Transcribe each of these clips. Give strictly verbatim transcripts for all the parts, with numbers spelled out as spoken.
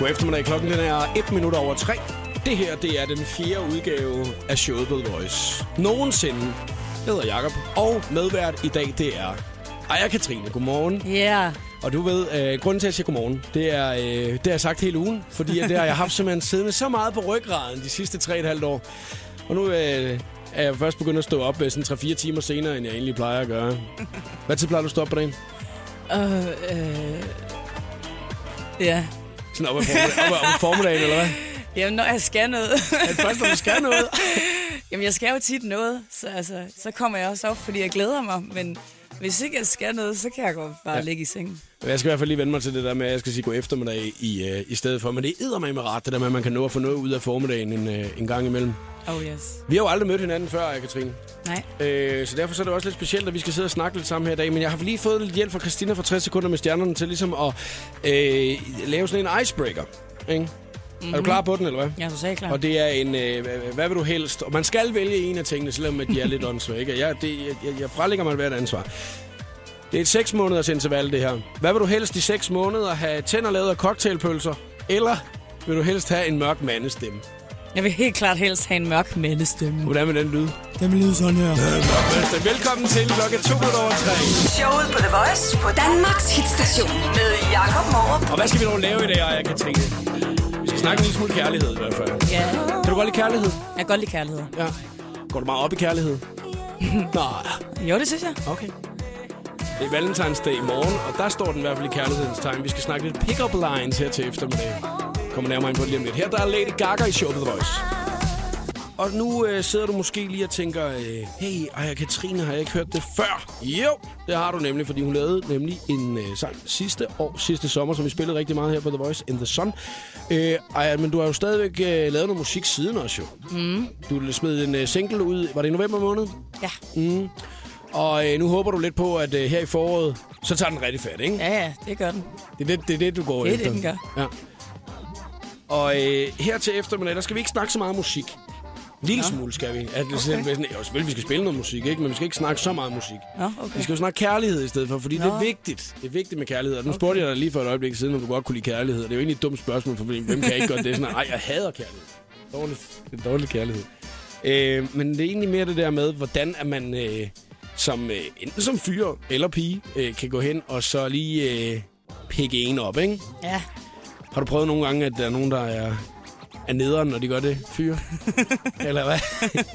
God eftermiddag. Klokken den er et minut over tre. Det her, det er den fjerde udgave af showet på The Voice. Nogensinde. Jeg hedder Jakob, og medvært i dag, det er Aya Katrine. Godmorgen. Ja. Yeah. Og du ved, øh, grunden til at sige godmorgen, det er, øh, det har jeg sagt hele ugen, fordi det har jeg haft simpelthen siddende så meget på ryggraden de sidste tre og et halvt år. Og nu øh, er jeg først begyndt at stå op sådan tre fire timer senere, end jeg egentlig plejer at gøre. Hvad tid plejer du at stå op på dagen? Øh... Øh... Ja. Sådan op ad formiddagen, op ad formiddagen eller hvad? Jamen, når jeg skal noget. Er det først, når du skal noget? Jamen, jeg skal jo tit noget, så, altså, så kommer jeg også op, fordi jeg glæder mig. Men hvis ikke jeg skal noget, så kan jeg godt bare ja. ligge i sengen. Jeg skal i hvert fald lige vende mig til det der med, at jeg skal sige god eftermiddag i, uh, i stedet for. Men det er eddermame ret, det der med, at man kan nå at få noget ud af formiddagen en, uh, en gang imellem. Oh yes. Vi har jo aldrig mødt hinanden før, Katrine. Nej. Øh, så derfor så er det også lidt specielt, at vi skal sidde og snakke lidt sammen her i dag. Men jeg har lige fået lidt hjælp fra Christina fra tres sekunder med stjernerne til ligesom at øh, lave sådan en icebreaker. Ikke? Mm-hmm. Er du klar på den, eller hvad? Ja, du er klar. Og det er en, øh, hvad vil du helst? Og man skal vælge en af tingene, selvom de er lidt åndssvage, ikke? Jeg, det, jeg, jeg frelægger mig hvert ansvar. Det er et seks måneders interval, det her. Hvad vil du helst i seks måneder have tænder lavet af cocktailpølser? Eller vil du helst have en mørk mandestemme? Jeg vil helt klart helst have en mørk mandestemme. Hvordan vil den lyde? Den vil lyde sådan her. Ja, velkommen til klokken to over tre. Showet på The Voice på Danmarks hitstation med Jakob Morup. Og hvad skal vi dog lave i dag, Aya Katrine? Vi skal snakke en lille smule kærlighed i hvert fald. Ja. Kan du godt lide kærlighed? Jeg kan godt lide kærlighed. Ja. Går du meget op i kærlighed? Nej. Jo, det synes jeg. Okay. Det er Valentine's Day i morgen, og der står den i hvert fald i kærlighedens tegn. Vi skal snakke lidt pick-up lines her til eftermiddag. Kommer nærmere ind på det lige om lidt. Her der er Lady Gaga i showet The Voice. Og nu øh, sidder du måske lige og tænker, øh, hey, Aya Katrine, har jeg ikke hørt det før? Jo, det har du nemlig, fordi hun lavede nemlig en øh, sang sidste år, sidste sommer, som vi spillede rigtig meget her på The Voice, In The Sun. Øh, Aya, men du har jo stadigvæk øh, lavet noget musik siden også, jo. Mm. Du smed en øh, single ud, var det i november måned? Ja. Mm. Og øh, nu håber du lidt på, at øh, her i foråret, så tager den rigtig fat, ikke? Ja, ja, det gør den. Det er det, det, er det du går det efter. Det er det, den gør. Ja. Og øh, her til eftermiddag, der skal vi ikke snakke så meget musik. En lille ja. smule skal vi. At, okay. sådan, ja, selvfølgelig, vi skal spille noget musik, ikke? Men vi skal ikke snakke så meget musik. Ja, okay. Vi skal jo snakke kærlighed i stedet for, fordi Nå. det er vigtigt. Det er vigtigt med kærlighed. Og nu okay. spurgte jeg dig lige for et øjeblik siden, om du godt kunne lide kærlighed. Det er jo egentlig et dumt spørgsmål, for hvem kan ikke godt det? Sådan, ej, jeg hader kærlighed. Dårlig, det er dårlig kærlighed. Øh, men det er egentlig mere det der med, hvordan er man øh, som, øh, enten som fyr eller pige øh, kan gå hen og så lige øh, pikke en op, ikke? Ja. Har du prøvet nogle gange, at der er nogen, der er, er nederen, når de gør det, fyre? Eller hvad?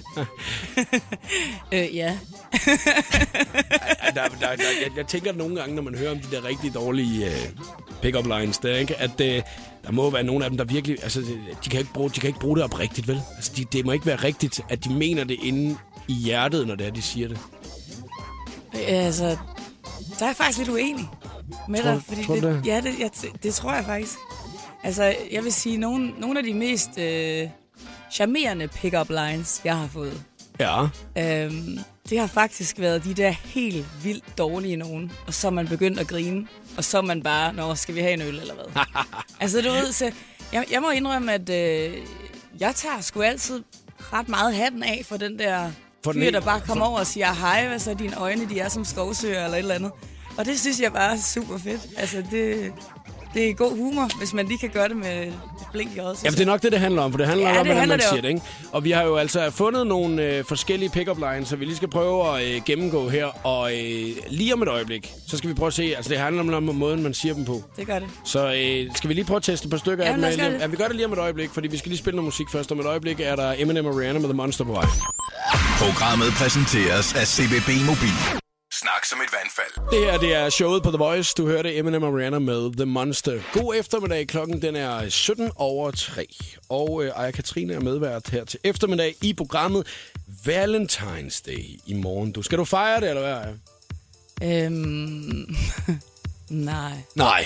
øh, ja. der, der, der, jeg, jeg tænker at nogle gange, når man hører om de der rigtig dårlige uh, pick-up lines, der, ikke? At uh, der må være nogle af dem, der virkelig... Altså, de kan ikke bruge, de kan ikke bruge det oprigtigt, vel? Altså, de, det må ikke være rigtigt, at de mener det inde i hjertet, når det er, de siger det. Øh, altså, der er jeg faktisk lidt uenig med tror, dig. Fordi tror det, det? Ja, det, jeg, det tror jeg faktisk. Altså, jeg vil sige, nogle, nogle af de mest øh, charmerende pick-up lines, jeg har fået, Ja. øhm, det har faktisk været de der helt vildt dårlige nogen. Og så er man begyndt at grine, og så er man bare, nå, skal vi have en øl, eller hvad? Altså, du ved, så jeg, jeg må indrømme, at øh, jeg tager sgu altid ret meget hatten af for den der for fyr, der bare kommer for... over og siger, hej, hvad så dine øjne, de er som skovsøer, eller et eller andet. Og det synes jeg bare er super fedt. Altså, det... Det er god humor, hvis man lige kan gøre det med et blink i øjet. Ja, det er nok det, det handler om, for det handler ja, om, hvordan man siger det, det, ikke? Og vi har jo altså fundet nogle øh, forskellige pick-up lines, så vi lige skal prøve at øh, gennemgå her. Og øh, lige om et øjeblik, så skal vi prøve at se, altså det handler om måden, man siger dem på. Det gør det. Så øh, skal vi lige prøve at teste et par stykker ja, af dem. Ja, vi gør det lige om et øjeblik, fordi vi skal lige spille noget musik først. Om et øjeblik er der Eminem og Rihanna med The Monster på vej. Programmet præsenteres af C V B Mobil. Snak som et vandfald. Det her, det er showet på The Voice. Du hørte Eminem og Rihanna med The Monster. God eftermiddag. Klokken den er sytten over tre. Og øh, Aya Katrine er medvært her til eftermiddag i programmet Valentine's Day i morgen. Du Skal du fejre det, eller hvad, Aya? Øhm... Nej. Nej.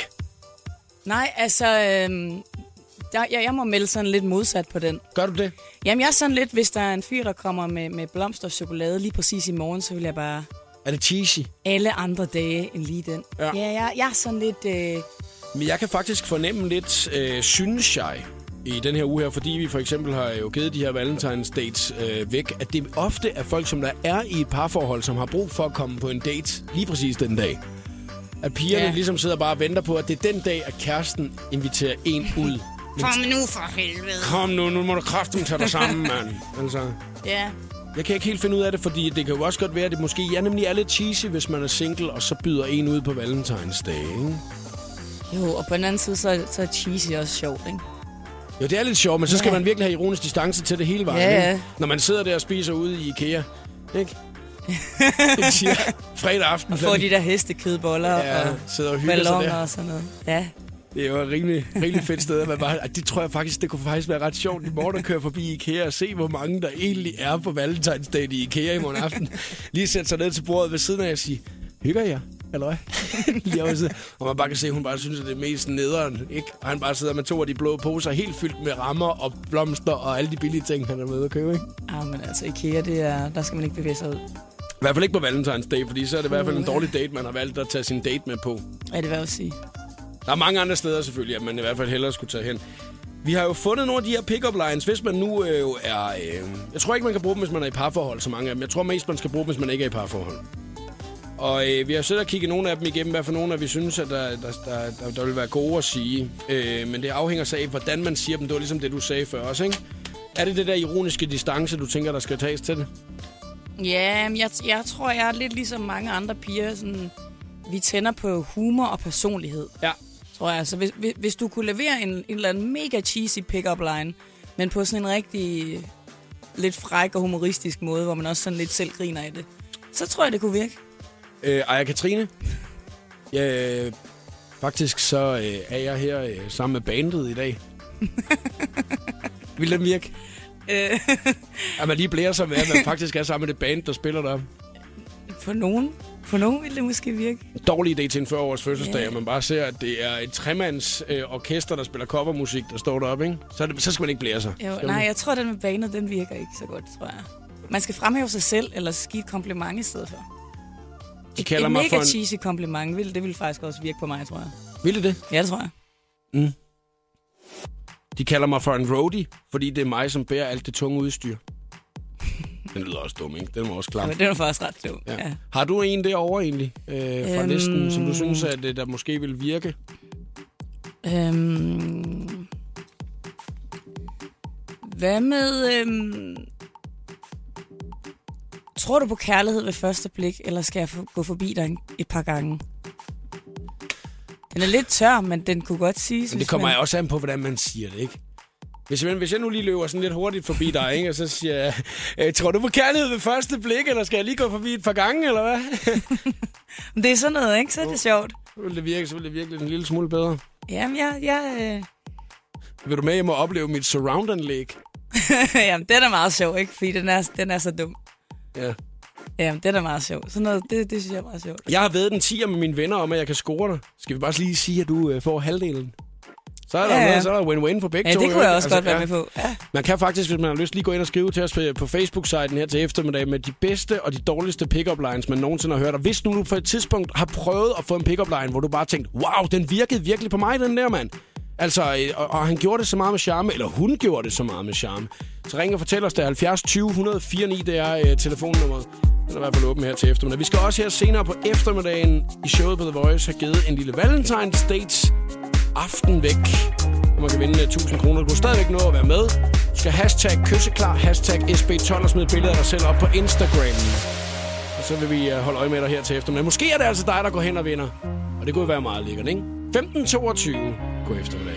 Nej, altså... Øhm... Jeg, jeg må melde sådan lidt modsat på den. Gør du det? Jamen, jeg er sådan lidt, hvis der er en fyr, der kommer med, med blomster og chokolade lige præcis i morgen, så vil jeg bare... Er det cheesy? Alle andre dage end lige den. Ja, ja jeg, jeg er sådan lidt... Øh... Men jeg kan faktisk fornemme lidt, øh, synes jeg, i den her uge her, fordi vi for eksempel har jo givet de her Valentine's dates øh, væk, at det ofte er folk, som der er i et parforhold, som har brug for at komme på en date lige præcis den dag. At pigerne ja. ligesom sidder bare og venter på, at det er den dag, at kæresten inviterer en ud Kom nu for helvede. Kom nu, nu må du kraften tage dig sammen, mand. Altså... Ja. Jeg kan ikke helt finde ud af det, fordi det kan jo også godt være, at det måske er nemlig er lidt cheesy, hvis man er single, og så byder en ud på Valentinsdag, ikke? Jo, og på den anden side, så, så er cheesy også sjovt, ikke? Jo, det er lidt sjovt, men så skal ja. man virkelig have ironisk distance til det hele vejen, ja, ja. Ikke? Når man sidder der og spiser ude i IKEA, ikke? Det siger fredag aften. Og får de der hestekødboller ja, og sidder og hygger sig der. og sådan noget. Ja. Det er jo et rimelig, rimelig fedt sted, at man bare... Det tror jeg faktisk, det kunne faktisk være ret sjovt i morgen at køre forbi IKEA og se, hvor mange der egentlig er på Valentinsdag i IKEA i morgen aften. Lige sætte sig ned til bordet ved siden af og sige, hygger jeg? Eller hvad? Lige over siden. Og man bare kan se, at hun bare synes, at det er mest nederen, ikke? Og han bare sidder med to af de blå poser, helt fyldt med rammer og blomster og alle de billige ting, han er med at købe, ikke? Ja, men altså IKEA, det er, der skal man ikke bevæge sig ud. I hvert fald ikke på Valentinsdag, fordi så er det i hvert fald en dårlig date, man har valgt at tage sin date med på. Ja, det vil jeg også sige. Der er mange andre steder selvfølgelig, at man i hvert fald hellere skulle tage hen. Vi har jo fundet nogle af de her pick-up lines, hvis man nu øh, er... Øh, jeg tror ikke, man kan bruge dem, hvis man er i parforhold, så mange af dem. Jeg tror mest, man skal bruge dem, hvis man ikke er i parforhold. Og øh, vi har siddet og kigget nogle af dem igennem, hvad for nogle af vi synes, at der, der, der, der, der vil være gode at sige. Øh, men det afhænger sig af, hvordan man siger dem. Det var ligesom det, du sagde før også, ikke? Er det det der ironiske distance, du tænker, der skal tages til det? Ja, jeg, jeg tror, jeg er lidt ligesom mange andre piger. Sådan, vi tænder på humor og personlighed. Ja. Tror jeg. Så hvis, hvis du kunne levere en, en eller anden mega cheesy pick-up line, men på sådan en rigtig lidt fræk og humoristisk måde, hvor man også sådan lidt selv griner af det, så tror jeg, det kunne virke. Øh, Aya Katrine? Ja, øh, faktisk så øh, er jeg her øh, sammen med bandet i dag. Vil den virke? Øh. At man lige blærer sig med, at man faktisk er sammen med det band, der spiller der. For nogen, for nogen vil det måske virke. Dårlig idé til en fyrre-års fødselsdag, Yeah. at man bare ser, at det er et tremands øh, orkester, der spiller covermusik, der står deroppe, ikke? Så, det, så skal man ikke blære sig. Jo, nej, jeg tror, den med banet, den virker ikke så godt, tror jeg. Man skal fremhæve sig selv, eller give et kompliment i stedet for. De kalder et mig mega for en... cheesy kompliment, vil, det vil faktisk også virke på mig, tror jeg. Vil det det? Ja, det tror jeg. Mm. De kalder mig for en roadie, fordi det er mig, som bærer alt det tunge udstyr. Den lyder også dum, ikke? Den var også klam. Ja, den er faktisk ret dum, ja. Ja. Har du en derovre egentlig, øh, fra øhm... listen, som du synes, at det der måske vil virke? Øhm... Hvad med... Øhm... Tror du på kærlighed ved første blik, eller skal jeg gå forbi dig et par gange? Den er lidt tør, men den kunne godt siges. Men det kommer man... også an på, hvordan man siger det, ikke? Hvis jeg, hvis jeg nu lige løber sådan lidt hurtigt forbi dig, ikke, og så siger jeg, øh, tror du på kærlighed ved første blik, eller skal jeg lige gå forbi et par gange, eller hvad? Det er sådan noget, ikke? Så er det sjovt. Så vil det virke, så vil det virkelig en lille smule bedre. Jamen, jeg... jeg øh... Vil du med hjem og opleve mit surround-anlæg? Jamen, den er meget sjov, ikke? Fordi den er, den er så dum. Ja. Jamen, det er meget sjovt. Sådan noget, det, det synes jeg er meget sjovt. Jeg har været den tier med mine venner om, at jeg kan score dig. Skal vi bare lige sige, at du øh, får halvdelen? Så er der, ja, ja. noget, så er der win-win for begge ja, to. det kunne jeg også altså, godt være ja. med på. Ja. Man kan faktisk, hvis man har lyst, lige gå ind og skrive til os på Facebook-siden her til eftermiddag med de bedste og de dårligste pick-up lines, man nogensinde har hørt. Og hvis nu du på et tidspunkt har prøvet at få en pick-up line, hvor du bare tænkte, wow, den virkede virkelig på mig, den der mand. Altså, og, og han gjorde det så meget med charme, eller hun gjorde det så meget med charme. Så ring og fortæl os, det er halvfjerds tyve et hundrede fire ni, det er øh, telefonnummeret. Den er i hvert fald åben her til eftermiddag. Vi skal også her senere på eftermiddagen i showet på The Voice have givet en lille Valentine's Dates aften væk. Man kan vinde tusind kroner. Du kan stadigvæk nå at være med. Du skal hashtag kysseklar, hashtag S B tolv og smide et billede af dig selv op på Instagram. Og så vil vi holde øje med dig her til eftermiddag. Måske er det altså dig, der går hen og vinder. Og det kunne være meget lækkert, ikke? femten toogtyve. God eftermiddag.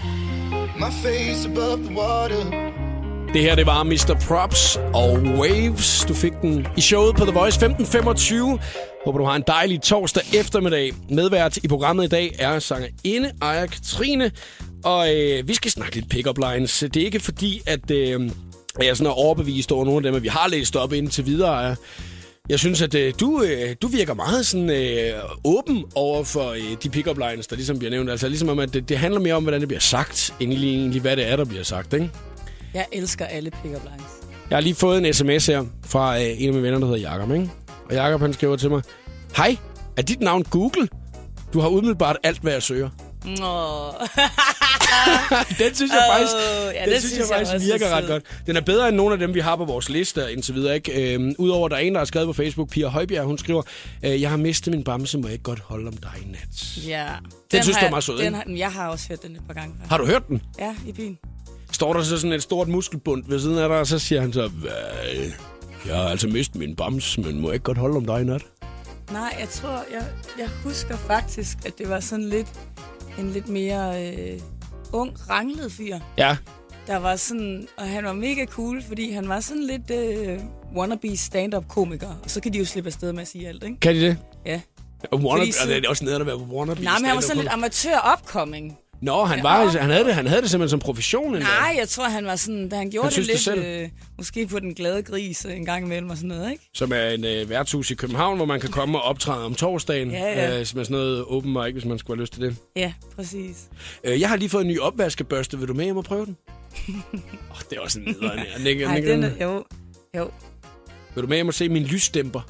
My face above the water. Det her, det var mister Props og Waves. Du fik den i showet på The Voice femten femogtyve. Håber, du har en dejlig torsdag eftermiddag. Medvært i programmet i dag er sangerinde Aya Katrine. Og øh, vi skal snakke lidt pick-up lines. Det er ikke fordi, at øh, jeg er sådan overbevist over nogle af dem, at vi har læst op indtil videre. Jeg synes, at øh, du, øh, du virker meget sådan øh, åben over for øh, de pick-up lines, der ligesom bliver nævnt. Altså ligesom om, at det, det handler mere om, hvordan det bliver sagt, end egentlig hvad det er, der bliver sagt, ikke? Jeg elsker alle pick-up lines. Jeg har lige fået en sms her fra øh, en af mine venner, der hedder Jakob, ikke? Og Jakob, han skriver til mig, hej, er dit navn Google? Du har umiddelbart alt, hvad jeg søger. Nå. den synes jeg faktisk, oh, ja, den det synes synes jeg jeg faktisk virker ret sød. godt. Den er bedre end nogle af dem, vi har på vores liste indtil videre. Ikke? Øhm, Udover der er en, der har skrevet på Facebook, Pia Højbjerg, hun skriver, øh, jeg har mistet min bamse, må jeg ikke godt holde om dig i nat. Ja. Den, Den synes har du er jeg- meget sød, den ikke? har, Jeg har også hørt den et par gange. Har du hørt den? Ja, i byen. Står der så sådan et stort muskelbund ved siden af dig, og så siger han så, "Hvad? Jeg har altså mistet min bamse, men må jeg ikke godt holde om dig i nat? Nej, jeg tror, jeg, jeg husker faktisk, at det var sådan lidt en lidt mere øh, ung, ranglet fyr. Ja. Der var sådan, og han var mega cool, fordi han var sådan lidt øh, wannabe stand-up-komiker. Og så kan de jo slippe afsted med at sige alt, ikke? Kan de det? Ja. Og wannabe, så- og det er også nederen at være wannabe. Nej, men han var sådan lidt amatør-upcoming. Nå, han, Ja. var, han, havde det, han havde det simpelthen som profession endda. Nej, jeg tror, han var sådan, da han gjorde Han det synes det lidt, selv. øh, måske på den glade gris en gang imellem og sådan noget, ikke? Som er en øh, værtshus i København, hvor man kan komme og optræde om torsdagen. Ja, ja. Øh, med sådan noget open mic, hvis man skulle have lyst til det. Ja, præcis. Øh, jeg har lige fået en ny opvaskebørste. Vil du med hjem og prøve den? Åh, oh, det er også en nederen her. Nikke, Ej, nikke. den er, jo, jo. Vil du med hjem og se min lysdæmper?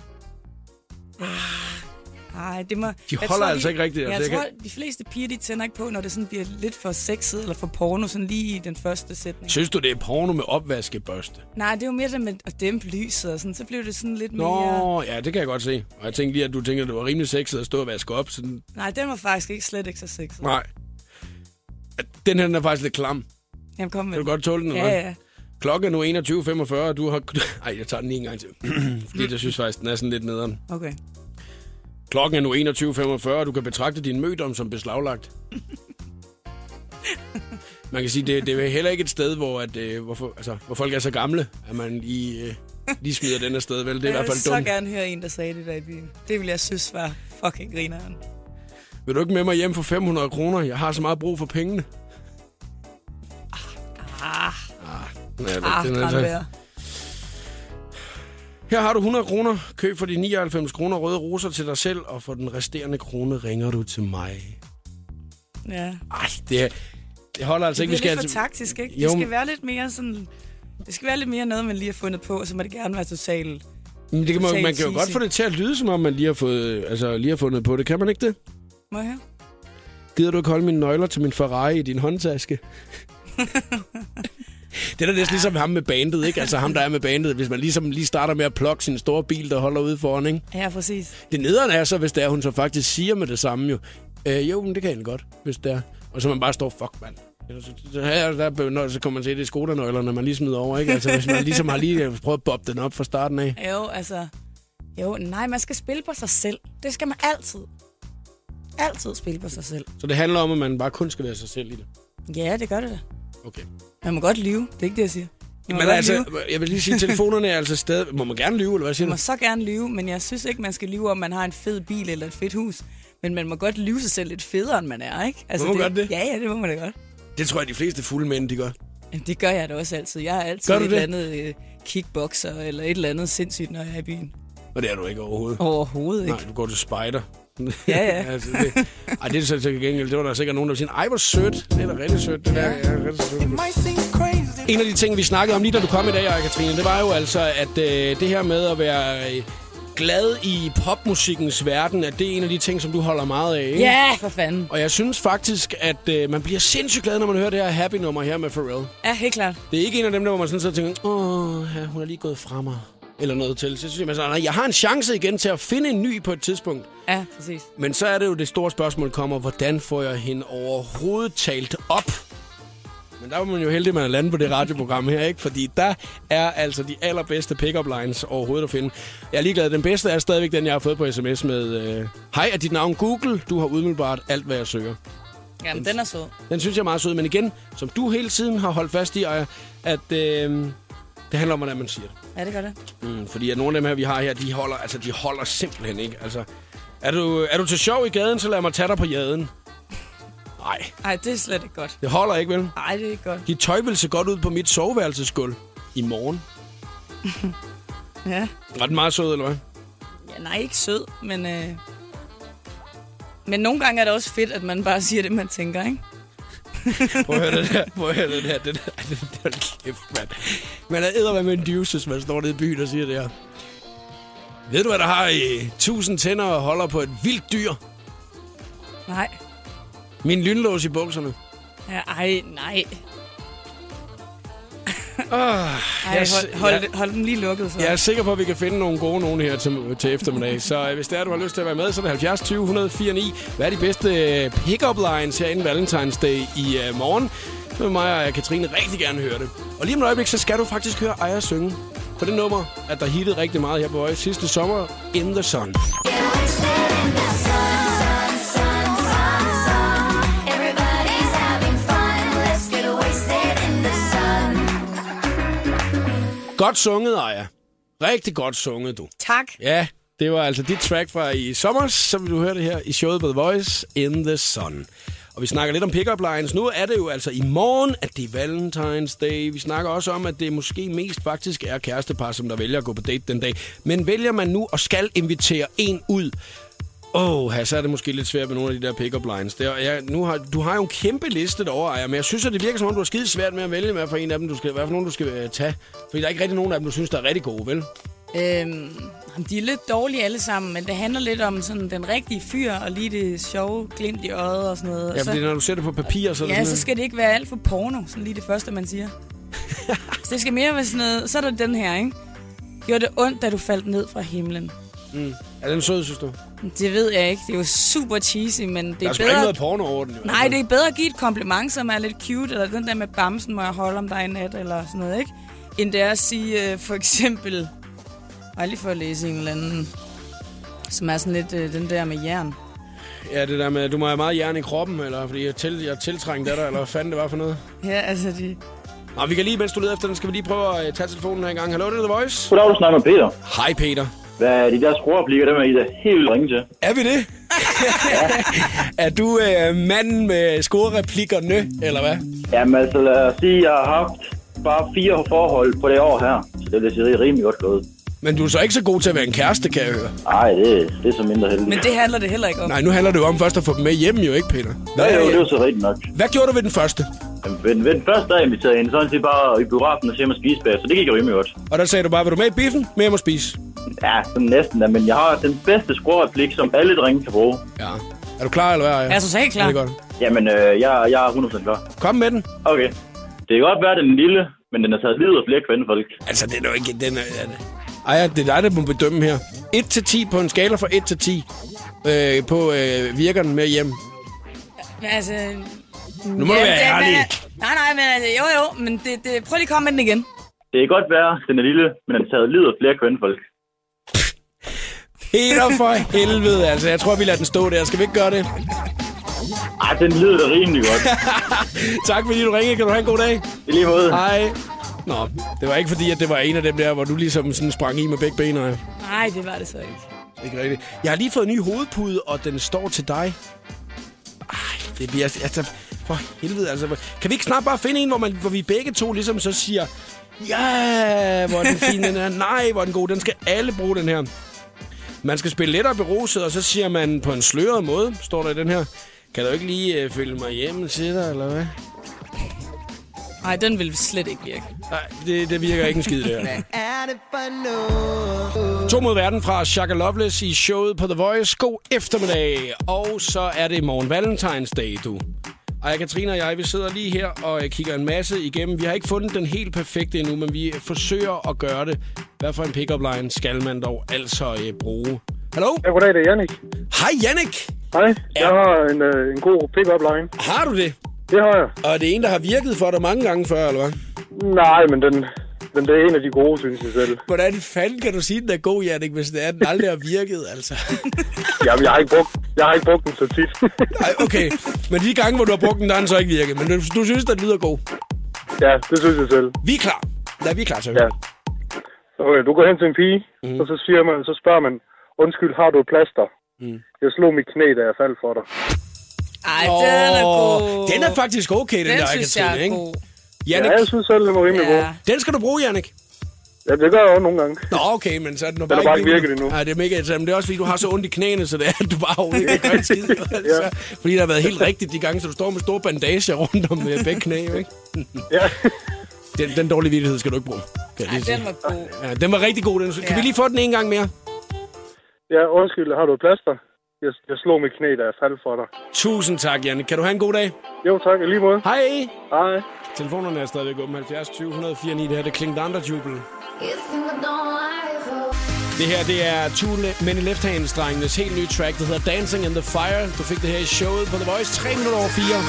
Ej, det må... De jeg holder tror, altså de, ikke rigtigt. Jeg Altså, jeg tror, kan- de fleste piger, de tænder ikke på, når det sådan bliver lidt for sexet eller for porno, sådan lige i den første sætning. Synes du, det er porno med opvaskebørste? Nej, det er jo mere det med at dæmpe lyset og sådan, så blev det sådan lidt mere... Nå, ja, det kan jeg godt se. Og jeg tænkte lige, at du tænker, at det var rimelig sexet at stå og vaske op. Sådan... Nej, den var faktisk ikke slet ikke så sexet. Nej. Den her den er faktisk lidt klam. Jamen, kom med Kan du godt tåle den? eller Ja, hvad? ja. Klokken er nu enogtyve femogfyrre, og du har... Ej, jeg tager den lige en gang til. Fordi jeg synes faktisk, den er sådan lidt nederen. Okay. Klokken er nu enogtyve femogfyrre, og du kan betragte din mødom som beslaglagt. Man kan sige, det, det er heller ikke et sted, hvor, at, øh, hvor, altså, hvor folk er så gamle, at man lige, øh, lige smider den af sted. Vel? Det er i Jeg hvert vil fald så dumt. gerne høre en, der sagde det der i byen. Det ville jeg synes var fucking grineren. Vil du ikke med mig hjem for fem hundrede kroner? Jeg har så meget brug for pengene. Ah, Ja, ah, den er kan altså- det være. Her har du hundrede kroner. Køb for de nioghalvfems kroner røde roser til dig selv, og for den resterende krone ringer du til mig. Ja. Ej, det, er- det holder altså Det ikke. Vi bliver skal lidt for altså... taktisk, ikke? Jo, Det men- skal være lidt mere sådan... Det skal være lidt mere noget, man lige har fundet på, og så må det gerne være totalt... Men det kan man, Totalt man kan jo godt cheesy. få det til at lyde, som om man lige har, fået, altså, lige har fundet på det. Kan man ikke det? Må jeg høre? Gider du ikke holde mine nøgler til min Ferrari i din håndtaske? Det er da næsten ligesom ham med bandet, ikke? Altså ham, der er med bandet. Hvis man ligesom lige starter med at plukke sin store bil, der holder ude foran, ikke? Ja, præcis. Det nederen er så, hvis det er, hun så faktisk siger med det samme jo. Øh, jo, men det kan jeg godt, hvis det er. Og så man bare står, fuck, mand. Så, så, her, der, når, så kommer man til, det er Skoda-nøglerne, man lige smider over, ikke? Altså hvis man ligesom har lige prøvet at bobbe den op fra starten af. Jo, altså... Jo, nej, man skal spille på sig selv. Det skal man altid. Altid spille på sig selv. Så det handler om, at man bare kun skal være sig selv i det. Ja, det gør det da. Okay. Man må godt lyve. Det er ikke det, jeg siger. Man må Men godt altså, lyve. jeg vil lige sige, at telefonerne er altså stadig... Må man gerne lyve, eller hvad siger Man må du? så gerne lyve, men jeg synes ikke, man skal lyve, om man har en fed bil eller et fedt hus. Men man må godt lyve sig selv lidt federe, end man er, ikke? Altså, Må man godt det? Ja, ja, det må man da godt. Det tror jeg, de fleste fulde mænd, de gør. Jamen, det gør jeg da også altid. Jeg har altid Gør du et det? eller andet øh, kickboxer eller et eller andet sindssygt, når jeg er i byen. Og det er du ikke overhovedet. Overhovedet ikke. Nej, du går til spider. Ja, ja. altså, det, ej, det er så til gengæld. Det var der sikkert nogen, der ville sige, ej, hvor sødt. Det er da rigtig sødt, det der. Ja, rigtig sødt. En af de ting, vi snakkede om lige da du kom i dag, Katrine, det var jo altså, at øh, det her med at være øh, glad i popmusikkens verden, at det er en af de ting, som du holder meget af, ikke? Ja, for fanden. Og jeg synes faktisk, at øh, man bliver sindssygt glad, når man hører det her Happy-nummer her med Pharrell. Ja, helt klart. Det er ikke en af dem, der hvor man sådan så tænker, åh, ja, hun er lige gået fra mig. Eller noget til. Så synes jeg, man så, nej, jeg har en chance igen til at finde en ny på et tidspunkt. Ja, præcis. Men så er det jo det store spørgsmål kommer, hvordan får jeg hende overhovedet talt op? Men der var man jo heldig, at man er landet på det radioprogram her, ikke? Fordi der er altså de allerbedste pick-up lines overhovedet at finde. Jeg er ligeglad. Den bedste er stadigvæk den, jeg har fået på sms med øh, hej, er dit navn Google? Du har umiddelbart alt, hvad jeg søger. Jamen, den er sød. Den synes jeg er meget sød. Men igen, som du hele tiden har holdt fast i, Aya, at øh, det handler om, hvordan man siger det. Ja, det gør det. Mm, fordi at nogle af dem her, vi har her, de holder, altså, de holder simpelthen ikke. Altså, er du, er du til sjov i gaden, så lad mig tage dig på jaden. Nej, Ej, det er slet ikke godt. det holder ikke, vel? Nej, det er ikke godt. Dit tøj vil se godt ud på mit soveværelsesgulv i morgen. Ja. Var den meget sød, eller hvad? Ja, nej, ikke sød, men... Øh... Men nogle gange er det også fedt, at man bare siger det, man tænker, ikke? Prøv at høre det her. Prøv at høre det her. Det der. Det der kæft, mand. Man er eddermad med en divs, hvis man står nede i byen og siger det her. Ved du, hvad der har i tusind tænder og holder på et vildt dyr? Nej. Min lynlås i bukserne. Ja, ej, nej. Oh, Ej, hold, hold, jeg, hold den lige lukket, så. jeg er sikker på, at vi kan finde nogle gode nogen her til, til eftermiddag. Så øh, hvis det er, du har lyst til at være med, så er det halvfjerds tyve et hundrede fire ni. Hvad er de bedste øh, pick-up lines her inden Valentine's Day i øh, morgen? Så vil mig og Katrine rigtig gerne høre det. Og lige om et øjeblik, så skal du faktisk høre Aya synge på det nummer, at der hittede rigtig meget her på Voice sidste sommer, In the Sun. Godt sunget, Aya. Rigtig godt sunget, du. Tak. Ja, det var altså dit track fra i sommer, så vil du høre det her i showet på The Voice, In the Sun. Og vi snakker lidt om pick-up lines. Nu er det jo altså i morgen, at det er Valentine's Day. Vi snakker også om, at det måske mest faktisk er kærestepar, som der vælger at gå på date den dag. Men vælger man nu og skal invitere en ud, åh, oh, så er det måske lidt svært med nogle af de der pick-up lines. Det er, jeg, nu har, du har jo en kæmpe liste derovre, Aya, men jeg synes, at det virker som om, du har skide svært med at vælge, hvad for en af dem, du skal, hvad for nogen, du skal uh, tage. Fordi der er ikke rigtig nogen af dem, du synes, der er rigtig gode, vel? Øhm, de er lidt dårlige alle sammen, men det handler lidt om sådan den rigtige fyr, og lige det sjove glimt i øjet og sådan noget. Ja, fordi når du ser det på papir, så er det Ja, sådan så skal det ikke være alt for porno, sådan lige det første, man siger. Så det skal mere være sådan noget, så er der den her, ikke? Gjorde det ondt, da du faldt ned fra himlen? Mm. Er den sød, synes du? Det ved jeg ikke. Det er jo super cheesy, men det er, der er sgu bedre... ikke noget porno over den. Jo. Nej, det er bedre at give et kompliment, som er lidt cute, eller den der med bamsen, må jeg holde om dig i nat, eller sådan noget, ikke? End det er at sige, uh, for eksempel... Jeg lige for at læse en eller anden, som er sådan lidt uh, den der med jern. Ja, det der med, du må have meget jern i kroppen, eller fordi jeg, til, jeg tiltrængte af dig, eller hvad fanden det var for noget? Ja, altså de... Nå, vi kan lige, mens du leder efter den, skal vi lige prøve at tage telefonen her en gang. Hallo, det er The Voice. Goddag, du snakker med Peter. Hej, Peter. Hvad er de der skruereplikker, dem er I da helt vildt ringe til? Er vi det? Er du øh, manden med scorereplikkerne, eller hvad? Jamen altså, lad os sige, at jeg har haft bare fire forhold på det år her. Så det vil sige rimelig godt gået. Men du er så ikke så god til at være en kæreste, kan jeg høre. Nej, det, det er så mindre heldigt. Men det handler det heller ikke om. Nej, nu handler det jo om først at få dem med hjem, jo ikke, Peter? Hvad, ja, jo, det er jo så rigtigt nok. Hvad gjorde du ved den første? Jamen, ved, ved den første dag, vi tager ind, så er det bare i biografen og se mig spise bag, så det gik jo rimelig godt. Og der sagde du bare, vil du med i biffen? Med hjem og spise? Ja, sådan næsten da, men jeg har den bedste skruereplik, som alle drenge kan bruge. Ja. Er du klar, eller hvad? Jeg er så helt klar. Det er godt. Jamen, øh, jeg, jeg er hundrede procent klar. Kom med den. Okay. Det kan godt være, den er lille, men den har taget livet af flere kvindefolk. Altså, det er jo ikke... Den er, ej, ja, det er dig, der må bedømme her. et til ti på en skala fra et til ti. Øh, på øh, virker den med hjem. Men altså... Nu må du være ærlig. Nej, nej, men altså, jo, jo, men det, det, prøv lige at komme med den igen. Det kan godt være, den er lille, men den har taget livet af flere kvindefolk. Peter, for helvede, altså. Jeg tror, vi lader den stå der. Skal vi ikke gøre det? Ej, den lyder da rimelig godt. Tak fordi du ringede. Kan du have en god dag? I lige måde. Hej. Nå, det var ikke fordi, at det var en af dem der, hvor du ligesom sådan sprang i med begge ben. Nej, Nej, det var det så ikke. Ikke rigtigt. Jeg har lige fået en ny hovedpude, og den står til dig. Ej, det bliver... Altså, for helvede, altså. Kan vi ikke snart bare finde en, hvor, man, hvor vi begge to ligesom så siger... Ja, hvor er den fin, den er. Nej, hvor er den god. Den skal alle bruge, den her. Man skal spille lettere beruset, og så siger man på en sløret måde, står der i den her. Kan du ikke lige øh, følge mig hjem til dig, eller hvad? Nej, den vil slet ikke virke. Nej, det, det virker ikke en skid, det her. To mod verden fra Shaka Loveless i showet på The Voice. God eftermiddag. Og så er det i morgen Valentine's Day, du. Ej, Katrine og jeg, vi sidder lige her og kigger en masse igennem. Vi har ikke fundet den helt perfekte endnu, men vi forsøger at gøre det. Hvad for en pick-up line skal man dog altså øh, bruge? Hallo? Ja, goddag, det er Jannik. Hej, Jannik. Hej, jeg har en, øh, en god pick-up line. Har du det? Det har jeg. Og er det en, der har virket for dig mange gange før, eller hvad? Nej, men den, den det er en af de gode, synes jeg selv. Hvordan fanden kan du sige, den er god, Jannik, hvis det er, den aldrig har virket, altså? Jamen, jeg har ikke brugt, jeg har ikke brugt den så tit. Nej, okay. Men de gange, hvor du har brugt den, der har den så ikke virket. Men du, du synes, den lyder god? Ja, det synes jeg selv. Vi er klar. Ja, vi er klar til at høre. Ja. Okay, du går hen til en pige, mm. og så, siger man, så spørger man, undskyld, har du et plaster? Mm. Jeg slog mit knæ, da jeg faldt for dig. Ej, oh, den er god. Den er faktisk okay, den, den der, synes jeg er ikke? god. Jannik, ja, jeg synes selv, den var rimelig ja. god. Den skal du bruge, Jannik. Ja, det gør jeg også nogle gange. Nå, okay, men så er den, den bare, bare ikke virket endnu. Nej, det er mega irriterende. Men det er også, fordi du har så ondt i knæene, så det er, at du bare overhovedet ikke kan gøre en skid. Altså. Ja. Fordi det har været helt rigtigt de gange, så du står med store bandager rundt om begge knæ, ikke? Ja. Den, den dårlige vittighed skal du ikke bruge. Nej, den var god. Ja, den var rigtig god. Den. Kan ja. vi lige få den en gang mere? Ja, undskyld, har du et plaster? Jeg, jeg slog mit knæ, da jeg faldt for dig. Tusind tak, Janne. Kan du have en god dag? Jo, tak. I lige måde. Hej. Hej. Telefonerne er stadigvæk åben. halvfjerds tyve et hundrede fire ni. Det her det er Kling Thunder Jubel. Det her, det er Two Many Left Hands-drengenes helt nye track, der hedder Dancing in the Fire. Du fik det her i showet på The Voice, tre minutter over fire.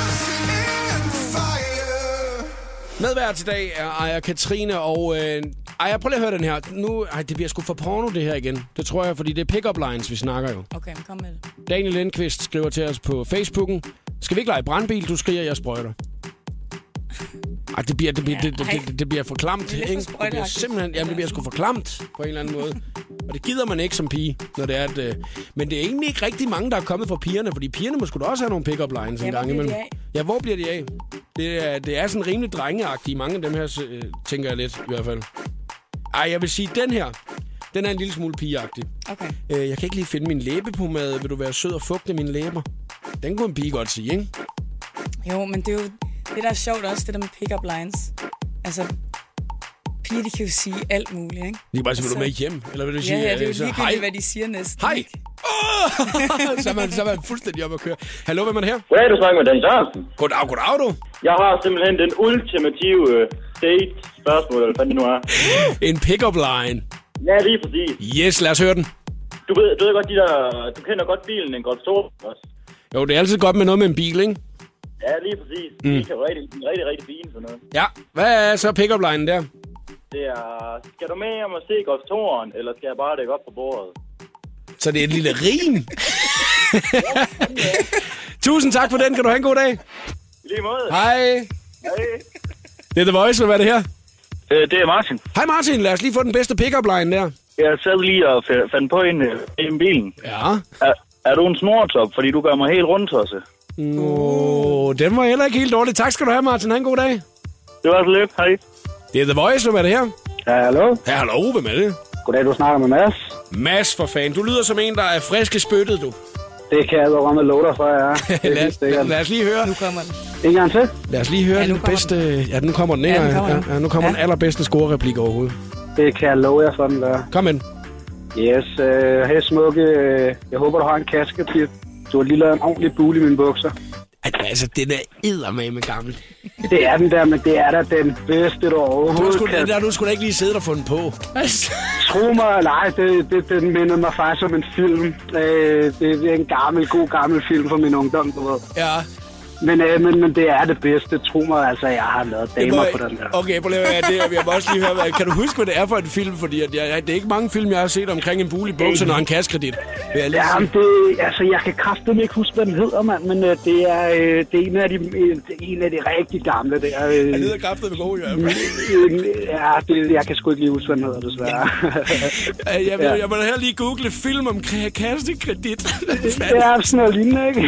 Medvært i dag er Aya Katrine, og øh, Aya, prøv lige at høre den her. Nu, ej, det bliver sgu for porno, det her igen. Det tror jeg, fordi det er pick-up lines, vi snakker jo. Okay, kom med det. Daniel Lindqvist skriver til os på Facebooken. Skal vi ikke lege brandbil? Du skriger, jeg sprøjter. Ej, det bliver, det bliver, det, det, det, det bliver for klamt, det ikke? Det bliver simpelthen, jamen, det bliver sgu for klamt på en eller anden måde. Og det gider man ikke som pige, når det er at, øh, men det er egentlig ikke rigtig mange, der er kommet fra pigerne, fordi pigerne må sgu da også have nogle pick-up lines ja, en gang imellem. De ja, hvor bliver de af? Det er, det er sådan rimelig drengeagtige, mange af dem her, øh, tænker jeg lidt, i hvert fald. Ej, jeg vil sige, den her, den er en lille smule pigeagtig. Okay. Øh, jeg kan ikke lige finde min læbepomade. Vil du være sød og fugte mine læber? Den kunne en pige godt sige, ikke? Jo, men det er jo det, der er sjovt også, det der med pick-up lines. Altså, piger, de kan jo sige alt muligt, ikke? Lige bare sige, vil du Altså, med hjem? Eller vil du ja, sige, ja, det er jo så, ligegyldigt, hvad de siger næsten. Hej! Oh! så, er man, så er man fuldstændig op at køre. Hallo, hvem er det her? Goddag, du snakker med Dan Sørensen. Goddag, goddag, du. Jeg har simpelthen den ultimative date-spørgsmål, eller hvad det nu er. En pick-up line. Ja, lige præcis. Yes, lad os høre den. Du ved, du ved godt, de der, du kender godt bilen, en Golf to også. Jo, det er altid godt med noget med en bil, ikke? Ja, lige præcis. Mm. Det kan jo rigtig, rigtig, rigtig fine sådan noget. Ja, hvad er så pick-up linen der? Det er, skal du med om at se Golf to'eren, eller skal jeg bare lægge op på bordet? Så det er et lille rim. Tusind tak for den. Kan du have en god dag? I lige måde. Hej. Hej. Det er The Voice, hvad er det her? Øh, det er Martin. Hej Martin, lad os lige få den bedste pick-up line der. Jeg sad lige og fandt på en i bilen. Ja. Er, er du en snortop, fordi du gør mig helt rundt også? Nå, den var heller ikke helt dårlig. Tak skal du have, Martin. Ha' en god dag. Det var så lidt. Hej. Det er The Voice, hvad er det her? Ja, hallo. Ja, hallo, hvem er det? Goddag, du snakker med Mads. Mads, for fanden. Du lyder som en, der er frisk i spyttet, du. Det kan jeg jo ramme lov dig for, ja. lad, os, lad, lad os lige høre. Nu kommer den. En gang til. Lad os lige høre Ja, nu den bedste... Ja, nu kommer den, ikke? Ja, nu kommer den. Ja, nu kommer Ja. den allerbedste scorereplik overhovedet. Det kan jeg love jer for, den der. Kom ind. Yes, øh, hey smukke. Øh, jeg håber, du har en kaskepip. Du har lige lavet en ordentlig bule i mine bukser. Altså, den er eddermame gammel. Det er den der, men det er da den bedste, du Du overhovedet skulle, kan. der, du skulle da ikke lige sidde og fundet på. Tro mig, nej, det, det, den mindede mig faktisk om en film. Øh, det er en gammel, god gammel film fra min ungdom, du ved. Ja. Men, øh, men, men det er det bedste, tro mig, altså, jeg har lavet damer på den der. Okay, prøv lige at høre, det, jeg må også lige høre, hvad, kan du huske, hvad det er for en film? Fordi at jeg, det er ikke mange film, jeg har set omkring en bule i bukser og en kaskredit. Ja, men det, altså, jeg kan kraftigt ikke huske, hvad den hedder, mand, men øh, det, er, øh, det er en af de, øh, en af de rigtig gamle der. Øh, Jeg lyder kraftigt med god, jo. øh, ja, det, jeg kan sgu ikke lige huske, hvad den hedder, desværre. jeg, jeg, jeg, jeg må da her lige google film om kassekredit. Det er sådan noget lignende, ikke?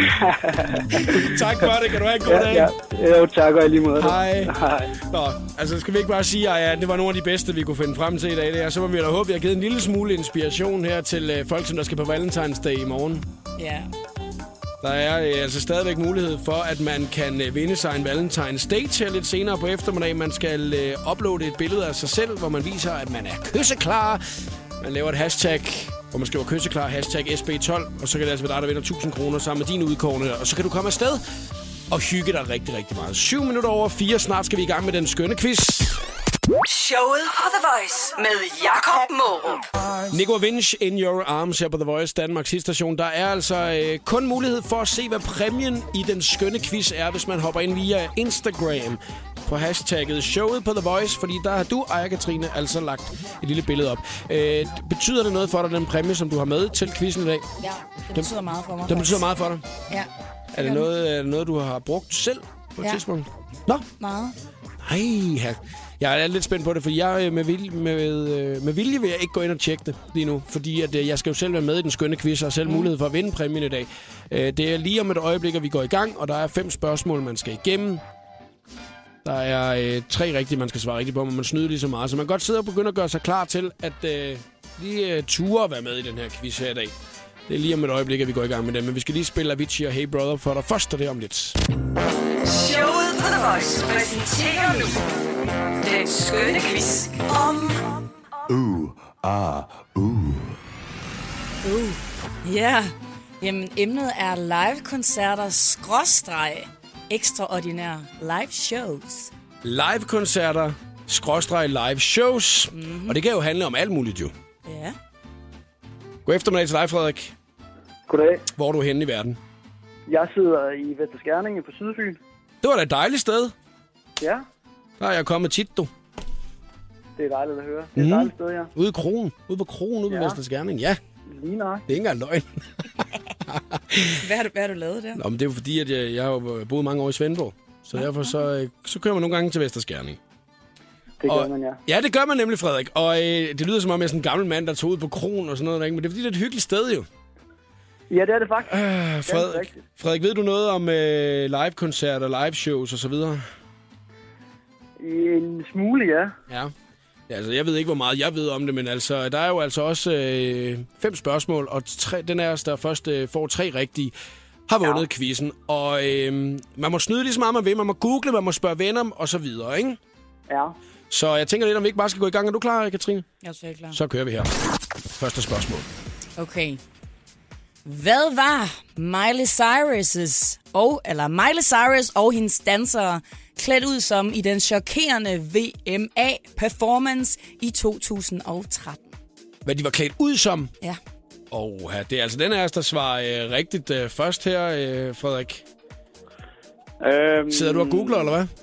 Tak for det, kan du have en god Ja, dag. ja. Jo, tak og i lige måde. Hej. Hej. Nå, altså skal vi ikke bare sige, at ja, det var nogle af de bedste, vi kunne finde frem til i dag. Det er, så må vi da håbe, at vi har givet en lille smule inspiration her til øh, folk, som der skal på Valentine's Day i morgen. Ja. Der er øh, altså stadigvæk mulighed for, at man kan øh, vinde sig en Valentine's Date her lidt senere på eftermiddag. Man skal øh, uploade et billede af sig selv, hvor man viser, at man er kysseklar. Man laver et hashtag, hvor man skriver kysseklar, hashtag S B tolv, og så kan det altså være dig, der vinder tusind kroner sammen med dine udkårne, og så kan du komme afsted og hygge dig rigtig, rigtig meget. syv minutter over fire. Snart skal vi i gang med den skønne quiz. Showet på The Voice med Jakob Mårup. Nico Vinch, In Your Arms her på The Voice, Danmarks hitstation. Der er altså øh, kun mulighed for at se, hvad præmien i den skønne quiz er, hvis man hopper ind via Instagram på hashtagget showet på The Voice, fordi der har du, Aya Katrine, altså lagt et lille billede op. Øh, betyder det noget for dig, den præmie, som du har med til quizzen i dag? Ja, det betyder meget for mig. Den betyder meget for dig? Ja. Er det noget, er det noget du har brugt selv på et Ja. tidspunkt? Nå, Meget. nej, ja. Jeg er lidt spændt på det, for jeg med vilje, med, med vilje vil jeg ikke gå ind og tjekke det lige nu, fordi at, jeg skal jo selv være med i den skønne quiz og have selv mm. mulighed for at vinde præmien i dag. Det er lige om et øjeblik, at vi går i gang, og der er fem spørgsmål, man skal igennem. Der er øh, tre rigtige, man skal svare rigtigt på, men man snyder lige så meget. Så man kan godt sidde og begynde at gøre sig klar til, at øh, lige øh, ture at være med i den her quiz her i dag. Det er lige om et øjeblik, at vi går i gang med det, men vi skal lige spille Avicii og Hey Brother for dig først, og det om lidt. Showet på The Voice præsenterer nu den skønne quiz om Uh, ah, uh. Uh. Ja. Jamen, emnet er live-koncerter skråstreg ekstraordinære live shows. Live-koncerter skråstreg live shows. Mm-hmm. Og det kan jo handle om alt muligt, jo. Ja. God eftermiddag til dig, Frederik. Goddag. Hvor er du henne i verden? Jeg sidder i Vester Skjerninge på Sydfyn. Det var da et dejligt sted. Ja. Der er jeg kommet tit, du. Det er dejligt at høre. Det er et dejligt sted, ja. Ude i Krogen. Ude på Krogen, ude ja. Ved Vester Skjerning. Ja. Lige nok. Det er ikke engang løgn. hvad, har du, hvad har du lavet der? Nå, men det er jo fordi, at jeg, jeg har boet mange år i Svendborg. Så ja, derfor så, så kører man nogle gange til Vester Skjerning. Det gør og, man, ja. Ja, det gør man nemlig, Frederik. Og øh, det lyder som om, jeg er sådan en gammel mand, der tog ud på Krogen og sådan noget. Ikke? Men det er fordi, det er et hyggeligt sted, jo. Ja, det er det faktisk. Øh, Frederik, Frederik, ved du noget om øh, live-koncerter, live-shows og så videre? En smule, ja. Ja. Ja, altså, jeg ved ikke, hvor meget jeg ved om det, men altså, der er jo altså også øh, fem spørgsmål, og tre, den af os, der først øh, får tre rigtige, har vundet ja. quizzen. Og øh, man må snyde lige så meget, man vil. Man må google, man må spørge venner og så videre, ikke? Ja. Så jeg tænker lidt, om vi ikke bare skal gå i gang. Er du klar, Katrine? Jeg er klar. Så kører vi her. Første spørgsmål. Okay. Hvad var Miley Cyrus's og eller Miley Cyrus og hendes dansere klædt ud som i den chokerende V M A-performance i to tusind og tretten? Hvad de var klædt ud som? Ja. Og ja, det er altså den af os, der svarer øh, rigtigt øh, først her, øh, Frederik. Øhm, Sidder du og googler, eller hvad?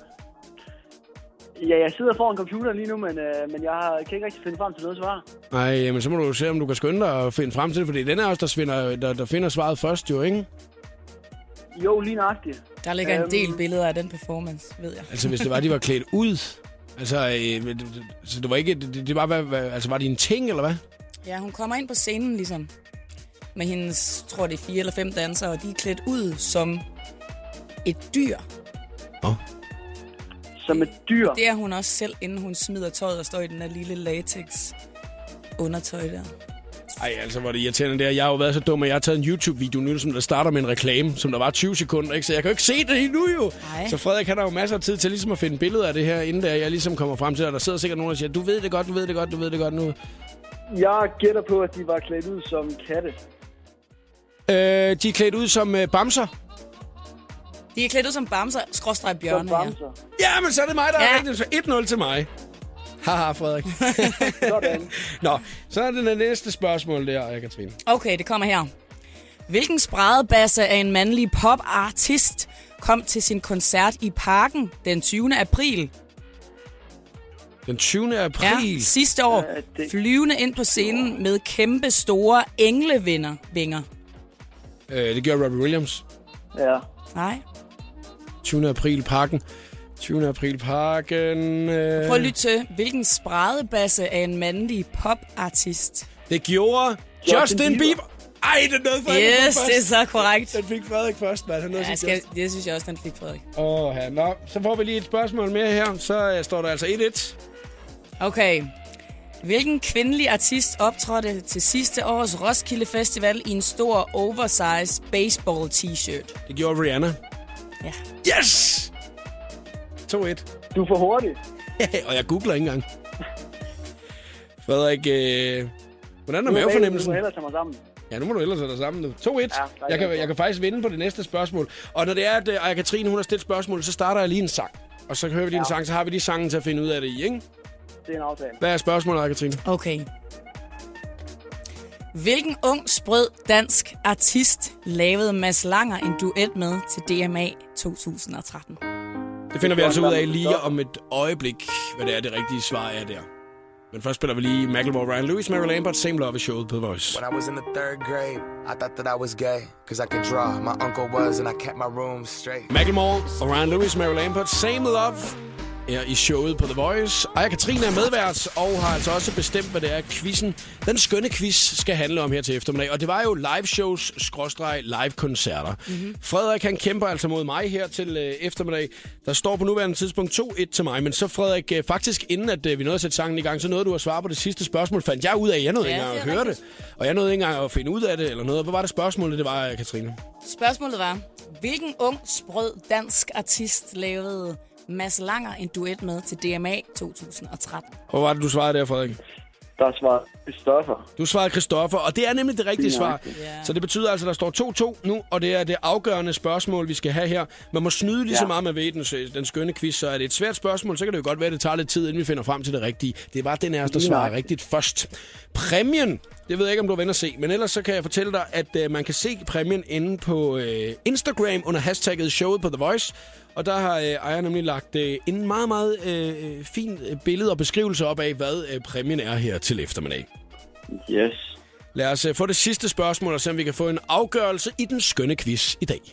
Ja, jeg sidder foran computeren lige nu, men, øh, men jeg kan ikke rigtig finde frem til noget svar. Nej, men så må du jo se, om du kan skynde dig og finde frem til det, fordi den er også, der finder, der, der finder svaret først jo, ikke? Jo, lige nøjagtigt. Der ligger øhm... en del Øhm, billeder af den performance, ved jeg. Altså, hvis det var, de var klædt ud. Altså, øh, så det var ikke, det, det var, hvad, hvad, altså, var det en ting, eller hvad? Ja, hun kommer ind på scenen, ligesom. Med hendes, tror det er fire eller fem dansere, og de er klædt ud som et dyr. Åh. Oh. Som et dyr? Det er hun også selv, inden hun smider tøjet og står i den der lille latex undertøj der. Ej, altså, hvor det irriterende der. Jeg har jo været så dum, at jeg har taget en YouTube-video nu, som der starter med en reklame, som der var tyve sekunder, ikke? Så jeg kan jo ikke se det endnu, jo. Ej. Så Frederik, han har jo masser af tid til ligesom at finde billeder af det her, inden der jeg ligesom kommer frem til, at der sidder sikkert nogen, der siger, du ved det godt, du ved det godt, du ved det godt nu. Jeg gætter på, at de var klædt ud som katte. Øh, de er klædt ud som øh, bamser. De er klædt ud som bamser, skråstreg bjørne her. Ja, men så er det mig, der ja. er rigtigt. Så et nul til mig. Haha, Frederik. Sådan. Nå, så er det det næste spørgsmål der, Katrine. Okay, det kommer her. Hvilken spradebasse af en mandlig popartist kom til sin koncert i Parken den tyvende april? Den tyvende april? Ja, sidste år. Ja, det... Flyvende ind på scenen med kæmpe store englevinger. Vinger. Øh, det gjorde Robbie Williams. Ja. Nej. tyvende april, Parken. tyvende april, Parken. Øh... Prøv at lytte til. Hvilken spradebasse af en mandlig popartist? Det gjorde Justin, Justin Bieber. Bieber. Ej, den nåede Frederik yes, først. det er så korrekt. Den fik Frederik først, mand. Han ja, skal, det synes jeg også, den fik Frederik. Åh, oh, ja. Nå, så får vi lige et spørgsmål mere her. Så uh, står der altså et et. Okay. Hvilken kvindelig artist optrådte til sidste års Roskilde Festival i en stor oversize baseball t-shirt? Det gjorde Rihanna. Ja. Yes! to et. Du er for hurtig. Og jeg googler ikke engang. Frederik, øh, hvordan er mavefornemmelsen? Du må hellere tage mig sammen. Ja, nu må du ellers tage dig sammen nu. to et. Ja, jeg, kan, jeg kan faktisk vinde på det næste spørgsmål. Og når det er, at Aya Katrine, hun har stillet spørgsmål, så starter jeg lige en sang. Og så hører vi lige ja. en sang, så har vi lige sangen til at finde ud af det i, ikke? Det er en aftale. Hvad er spørgsmålet, Aya Katrine? Okay. Hvilken ung, sprød dansk artist lavede Mads Langer en duet med til D M A to tusind og tretten? Det finder vi altså ud af lige om et øjeblik, hvad det er, det rigtige svar er der. Men først spiller vi lige Macklemore, Ryan Lewis, Mary Lambert, Same Love i showet på The Voice. When I was in the third grade, I thought that I was gay, cause I could draw. My uncle was, and I kept my room straight. Macklemore og Ryan Lewis, Mary Lambert, Same Love er i showet på The Voice. Aya Katrine er medvært og har altså også bestemt, hvad det er, quizzen, den skønne quiz, skal handle om her til eftermiddag. Og det var jo live shows, skråstreg, live koncerter. Mm-hmm. Frederik, han kæmper altså mod mig her til øh, eftermiddag. Der står på nuværende tidspunkt to et til mig. Men så Frederik, øh, faktisk inden at øh, vi nåede at sætte sangen i gang, så nåede du at svare på det sidste spørgsmål. Fandt jeg ud af, at jeg nåede ja, ikke engang at høre det. Og jeg nåede ikke engang at finde ud af det eller noget. Hvad var det spørgsmålet, det var, Katrine? Spørgsmålet var, hvilken ung, sprød dansk artist lavede Mads Langer en duet med til D M A to tusind og tretten? Hvor var det, du svarede der, Frederik? Der svarer Christoffer. Du svarede Christoffer, og det er nemlig det rigtige svar. Yeah. Så det betyder altså, at der står to to nu, og det er det afgørende spørgsmål, vi skal have her. Man må snyde lige ja. så meget med ved den, den skønne quiz, så er det et svært spørgsmål, så kan det jo godt være, at det tager lidt tid, inden vi finder frem til det rigtige. Det var den af os, der svarer rigtigt først. Præmien, det ved jeg ikke, om du har vendt at se, men ellers så kan jeg fortælle dig, at øh, man kan se præmien inde på øh, Instagram under hashtagget showet på The Voice. Og der har øh, Aya nemlig lagt øh, en meget, meget øh, fin billede og beskrivelse op af, hvad øh, præmien er her til eftermiddag. Yes. Lad os øh, få det sidste spørgsmål, og se om vi kan få en afgørelse i den skønne quiz i dag.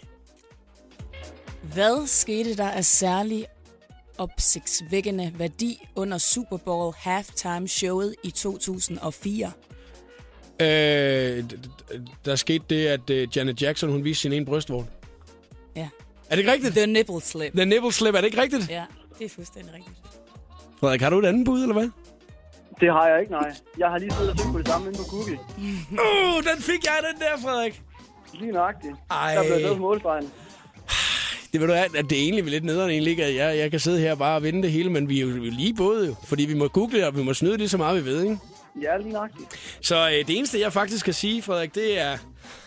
Hvad skete der af særlig opsigtsvækkende værdi under Super Bowl halftime-showet i to tusind og fire? Øh, der skete det, at øh, Janet Jackson hun viste sin ene brystvorte. Ja. Er det ikke rigtigt? The nipple slip. The nipple slip, er det ikke rigtigt? Ja, det er fuldstændig rigtigt. Frederik, har du et andet bud, eller hvad? Det har jeg ikke, nej. Jeg har lige siddet og søgt på det samme inde på Google. Åh, uh, den fik jeg, den der, Frederik. Lige nøjagtigt. Ej. Der blev lavet målstregen. Det ved du at det er egentlig lidt nederen egentlig, at jeg, jeg kan sidde her og bare og vinde det hele, men vi er jo lige både, fordi vi må google og vi må snyde lige så meget, vi ved, ikke? Ja, lige nøjagtigt. Så øh, det eneste, jeg faktisk kan sige, Frederik, det er...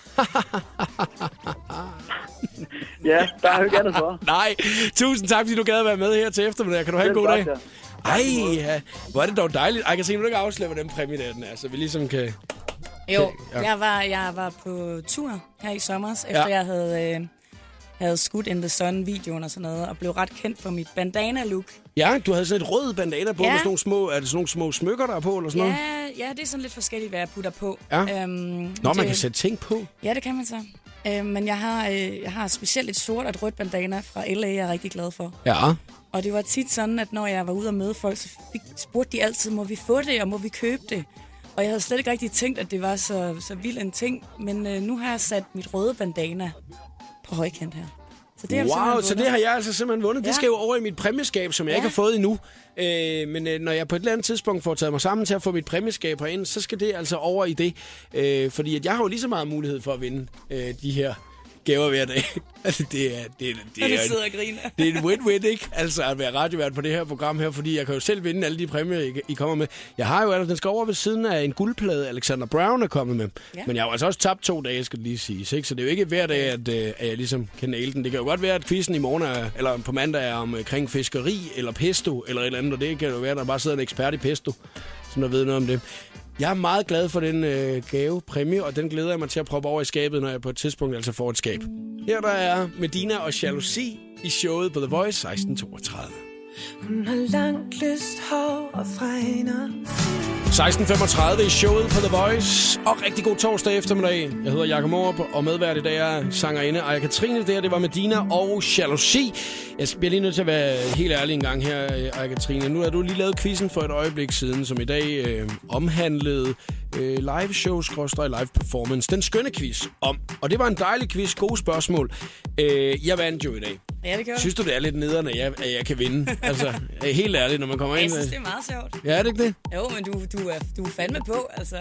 Ja, der er jo ikke andet for. Nej, tusind tak, fordi du gad at være med her til eftermiddag. Kan du have en god dag? Ej, ja. Hvor er det dog dejligt. Ej, kan se, nu ikke afsløre, hvad den præmie der den er, så vi ligesom kan... Jo, ja. jeg, var, jeg var på tur her i sommer, efter ja. jeg havde, øh, havde skudt In The Sun-videoen og sådan noget, og blev ret kendt for mit bandana-look. Ja, du havde sådan et rød bandana på, ja. med sådan nogle små, er det sådan nogle små smykker, der er på, eller sådan ja, noget? Ja, det er sådan lidt forskelligt, hvad jeg putter på. Ja. Øhm, Nå, det, man kan sætte ting på. Ja, det kan man så. Øhm, men jeg har, øh, jeg har specielt et sort og et rødt bandana fra L A, jeg er rigtig glad for. Ja. Og det var tit sådan, at når jeg var ude og møde folk, så fik, spurgte de altid, må vi få det, og må vi købe det? Og jeg havde slet ikke rigtig tænkt, at det var så, så vild en ting. Men øh, nu har jeg sat mit røde bandana på højkant her. Så det wow, så det har jeg altså simpelthen vundet. Ja. Det skal jo over i mit præmieskab, som jeg ja. ikke har fået endnu. Øh, men øh, når jeg på et eller andet tidspunkt får taget mig sammen til at få mit præmieskab herind, så skal det altså over i det. Øh, fordi at jeg har jo lige så meget mulighed for at vinde øh, de her gaver hver dag. Altså, det er... Det, det, det, og er, du sidder og griner. Det er en win-win, ikke? Altså, at være radiovært på det her program her, fordi jeg kan jo selv vinde alle de præmier, I, I kommer med. Jeg har jo altså, den skal over ved siden af en guldplade, Alexander Brown er kommet med. Ja. Men jeg har jo altså også tabt to dage, skal det lige sige. Ikke? Så det er jo ikke hver dag, at, at jeg ligesom kan næle den. Det kan jo godt være, at quizzen i morgen er, eller på mandag er omkring fiskeri, eller pesto, eller et eller andet. Og det kan jo være, at der bare sidder en ekspert i pesto, som der ved noget om det. Jeg er meget glad for den øh, gavepræmie, og den glæder jeg mig til at proppe over i skabet, når jeg på et tidspunkt altså får et skab. Her der er Medina og Jalousi i showet på The Voice seksten toogtredive. Hun har langt lyst hår og fregner. seksten femogtredive i showet på The Voice. Og rigtig god torsdag eftermiddag. Jeg hedder Jakob Morup, og medvært i dag er sangerinde Aya Katrine. Det her, det var Medina og Jalousi. Jeg bliver lige nødt til at være helt ærlig en gang her, Aya Katrine. Nu har du lige lavet quizzen for et øjeblik siden, som i dag øh, omhandlede øh, live shows, live performance. Den skønne quiz om. Og det var en dejlig quiz. Gode spørgsmål. Øh, jeg vandt jo i dag. Ja, det gør. Synes du, det er lidt nederen, at jeg, at jeg kan vinde? Altså, helt ærligt, når man kommer jeg ind... Jeg synes, det er meget sjovt. Ja, er det ikke det? Jo, men du, du, er, du er fandme på, altså.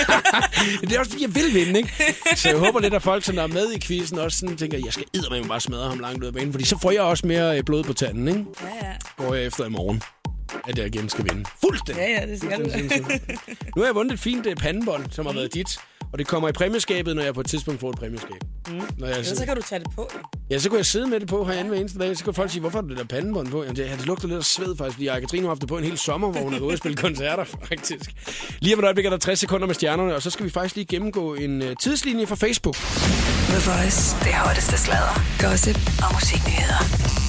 Det er også, jeg vil vinde, ikke? Så jeg håber lidt, at folk, som er med i quizzen, også sådan tænker, jeg skal eddermame bare smadre ham langt ud af banen, fordi så får jeg også mere blod på tanden, ikke? Ja, ja. Går jeg efter i morgen, at jeg igen skal vinde. Fuldstændig! Ja, ja, det skal du. Nu har jeg vundet et fint pandebånd, som har været dit. Og det kommer i præmieskabet, når jeg på et tidspunkt får et præmieskab. Mm. Når jeg så kan du tage det på. Ja, så kunne jeg sidde med det på herinde hver eneste dag. Så kunne folk sige, hvorfor har du det der pandebånd på? Jamen, det, det lugter lidt af sved faktisk, fordi Katrine har haft det på en hel sommer, hvor hun har gået og spillet koncerter, faktisk. Lige om et øjeblik er der tres sekunder med stjernerne, og så skal vi faktisk lige gennemgå en uh, tidslinje fra Facebook. The Voice. Det hotteste sladder, gossip og musiknyheder.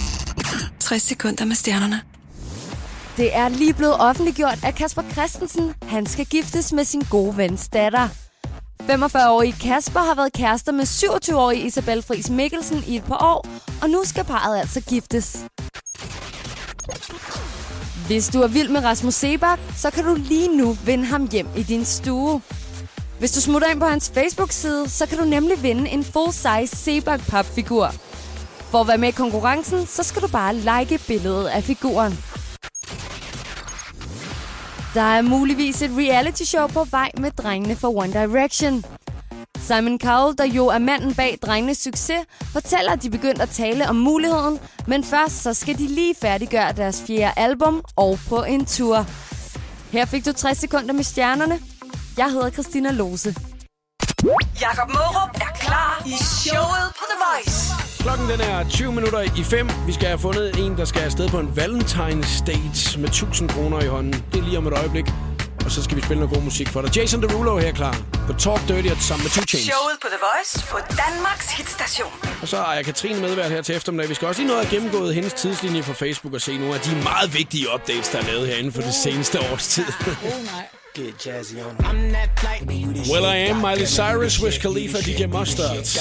tres sekunder med stjernerne. Det er lige blevet offentliggjort, at Kasper Christensen, han skal giftes med sin gode vens datter. femogfyrre-årige Kasper har været kærester med syvogtyve-årige Isabel Friis Mikkelsen i et par år, og nu skal parret altså giftes. Hvis du er vild med Rasmus Seebach, så kan du lige nu vinde ham hjem i din stue. Hvis du smutter ind på hans Facebook-side, så kan du nemlig vinde en full-size Seebach-papfigur. For at være med i konkurrencen, så skal du bare like billedet af figuren. Der er muligvis et reality-show på vej med drengene fra One Direction. Simon Cowell, der jo er manden bag drengenes succes, fortæller, at de begyndte at tale om muligheden, men først så skal de lige færdiggøre deres fjerde album og på en tur. Her fik du tres sekunder med stjernerne. Jeg hedder Christina Lose. Jakob Mårup er klar i showet på The Voice. Klokken den er tyve minutter i fem. Vi skal have fundet en, der skal afsted på en Valentine's Date med tusind kroner i hånden. Det er lige om et øjeblik. Og så skal vi spille noget god musik for dig. Jason Derulo her klar på Talk Dirty sammen med to Chainz. Showet på The Voice på Danmarks hitstation. Og så er jeg Katrine medvært her til eftermiddag. Vi skal også lige nå at gennemgået hendes tidslinje på Facebook og se nogle af de meget vigtige updates, der er lavet herinde for det seneste års tid. Oh, nej. Will I Am, Miley Cyrus, Wiz Khalifa, D J Mustard.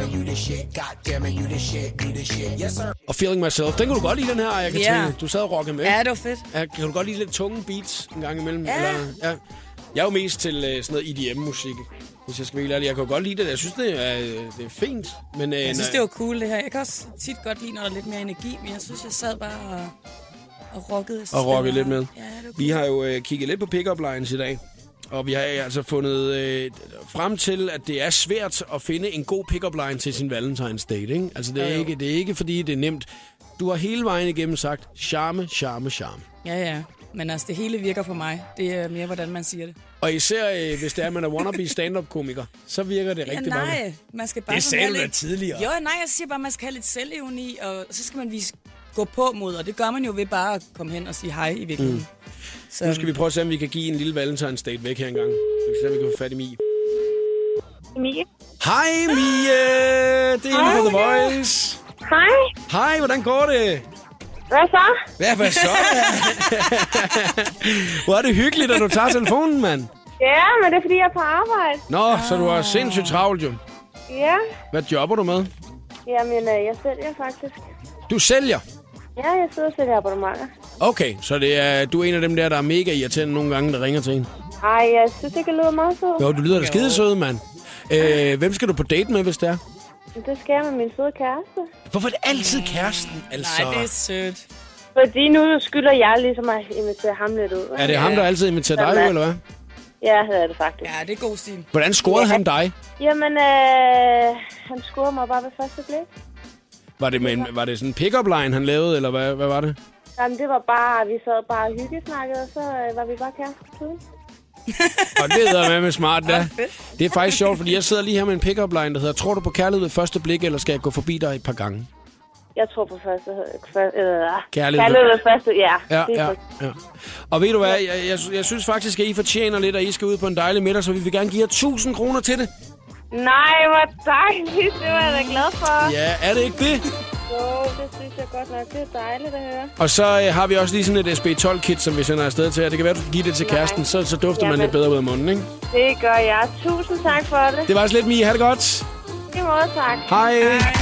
Og Feeling Myself. Den kunne du godt lide, den her, Aya Katrine. Yeah. Du sad og rockede med. Ja, det var fedt. Ja, kan du godt lide lidt tunge beats en gang imellem? Ja. Eller, ja. Jeg er jo mest til uh, sådan noget E D M-musik, hvis jeg skal være helt ærlig. Jeg kan jo godt lide det. Jeg synes, det er, det er fint. Men, uh, Jeg synes, nej. det var cool, det her. Jeg kan også tit godt lide, når der er lidt mere energi, men jeg synes, jeg sad bare og, og rockede. Og rockede lidt med. Ja, det cool. Vi har jo uh, kigget lidt på pick-up lines i dag. Og vi har altså fundet øh, frem til, at det er svært at finde en god pick-up line til sin Valentine's Date, ikke? Altså, det er, Ja, ikke, det er ikke, fordi det er nemt. Du har hele vejen igennem sagt, charme, charme, charme. Ja, ja. Men altså, det hele virker på mig. Det er mere, hvordan man siger det. Og især, øh, hvis det er, at man er wannabe stand-up-komiker, så virker det Ja, rigtig nej. meget. Man skal bare Det sådan sagde have du da lidt- tidligere. Jo, nej, jeg siger bare, at man skal have lidt selvevni, og så skal man vise gå på mod, og det gør man jo ved bare at komme hen og sige hej i virkeligheden. Mm. Så Nu skal vi prøve at se, om vi kan give en lille Valentine's Date væk her engang. Så vi kan se, om vi kan få fat i Mie. Mie. Hej, Mie! Det er Inde på The Voice. Hej. Hej, hvordan går det? Hvad så? Ja, hvad så? Hvor er det hyggeligt, at du tager telefonen, mand. Ja, men det er fordi, jeg er på arbejde. Nå, så du har sindssygt travlt, jo. Ja. Hvad jobber du med? Jamen, øh, jeg sælger faktisk. Du sælger? Ja, jeg sidder og sælger abonnementer. Okay, så det er, du er en af dem der, der er mega irriterende nogle gange, der ringer til en. Ej, jeg synes ikke, jeg lyder meget sød. Jo, du lyder da skidesød, mand. Øh, hvem skal du på date med, hvis det er? Det skal jeg med min søde kæreste. Hvorfor er det altid kæresten? Altså, nej, det er sødt. Fordi nu skylder jeg ligesom at invitere ham lidt ud. er det ham, der altid inviterer dig ud, eller hvad? Ja, det er det faktisk. Ja, det er god stil. Hvordan scorede han dig? Jamen, øh, han scorede mig bare ved første blik. Var det, med en, var det sådan en pick-up line, han lavede, eller hvad, hvad var det? Jamen, det var bare, vi sad bare og hyggesnakkede, og så øh, var vi bare kærester. Og det hedder med med smart, da. Det er faktisk sjovt, fordi jeg sidder lige her med en pick-up line, der hedder, tror du på kærlighed ved første blik, eller skal jeg gå forbi dig et par gange? Jeg tror på første... For, øh, Kærlighed. Kærlighed ved første, ja. Ja, det er ja, for- ja. Og ved du hvad, jeg, jeg, jeg synes faktisk, at I fortjener lidt, at I skal ud på en dejlig middag, så vi vil gerne give jer tusind kroner til det. Nej, hvor dejligt. Det var jeg da glad for. Ja, er det ikke det? Jo, det synes jeg godt nok. Det er dejligt at høre. Og så øh, har vi også lige sådan et S B tolv kit, som vi sender afsted til jer. Det kan være, du kan give det til Nej. kæresten, så, så dufter man Jamen. lidt bedre ud af munden, ikke? Det gør jeg. Tusind tak for det. Det var også lidt, Mie. Ha' det godt. I måde, tak. Hej.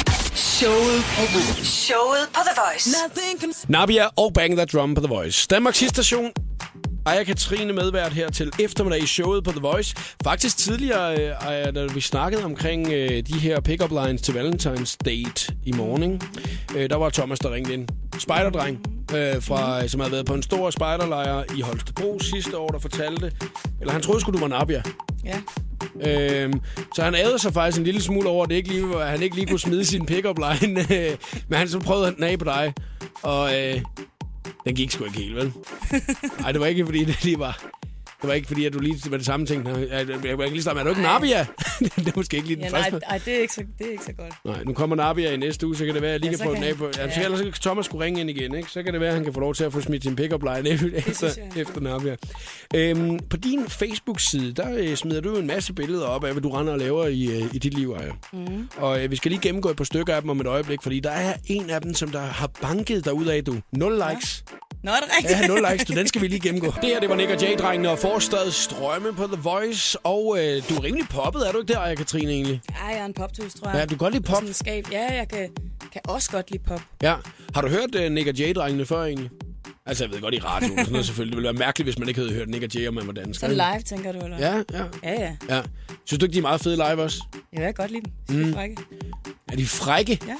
Showet på, showet på The Voice. Nabia og Bang That Drum på The Voice. Danmarks hitstation. Aya Katrine medvært her til eftermiddag i showet på The Voice. Faktisk tidligere, øh, Aya, da vi snakkede omkring øh, de her pick-up lines til Valentine's Date i morgen, ikke? Øh, der var Thomas, der ringede ind. Spejderdreng, øh, fra, som havde været på en stor spejderlejr i Holstebro sidste år, der fortalte, eller han troede sgu, du var Nabia. Ja. Øhm, så han ærede sig faktisk en lille smule over, at, det ikke lige, at han ikke lige kunne smide sin pick-up line. Men han så prøvede han den af på dig. Og øh, den gik sgu ikke helt, vel? Nej, det var ikke, fordi det lige var... Det var ikke, fordi at du lige med det samme ting. Jeg, jeg, jeg var ikke lige starte med, er du ikke Nabia? Det er måske ikke lige den Ja, nej, første. nej, det er ikke så, det er ikke så godt. Nej, nu kommer Nabia i næste uge, så kan det være, at jeg lige Ja, kan så prøve den kan af på... han- Ja, ja. så ellers kan Thomas skulle ringe ind igen, ikke? Så kan det være, at han kan få lov til at få smidt sin pick-up line efter, synes jeg. efter Nabia. Øhm, på din Facebook-side, der øh, smider du en masse billeder op af, hvad du render og laver i, øh, i dit liv, Aya. Mm. Og øh, vi skal lige gennemgå et par stykker af dem om et øjeblik, fordi der er en af dem, som der har banket dig ud af, du. Nul likes. Nå, er det rigtigt? Ja, nul likes, du. Den skal vi lige gennemgå. Det her, det var Nick og Jay-drengene og Forstad Strømme på The Voice. Og øh, du er rimelig poppet, er du ikke der, Aya Katrine, egentlig? Ja, jeg er en poptus, tror jeg. Ja, du kan godt lide pop. Sådan en skab. Ja, jeg kan, kan også godt lide pop. Ja. Har du hørt uh, Nick og Jay-drengene før, egentlig? Altså, jeg ved godt i radio, sådan noget selvfølgelig. Det ville være mærkeligt, hvis man ikke havde hørt Nick og Jay, og man var dansker. Sådan live, tænker du, eller? Ja, ja. Ja, ja. Ja. Synes du ikke, de er meget fede live også? Jeg vil godt lide dem. De er Mm. frække. Er de frække? Ja.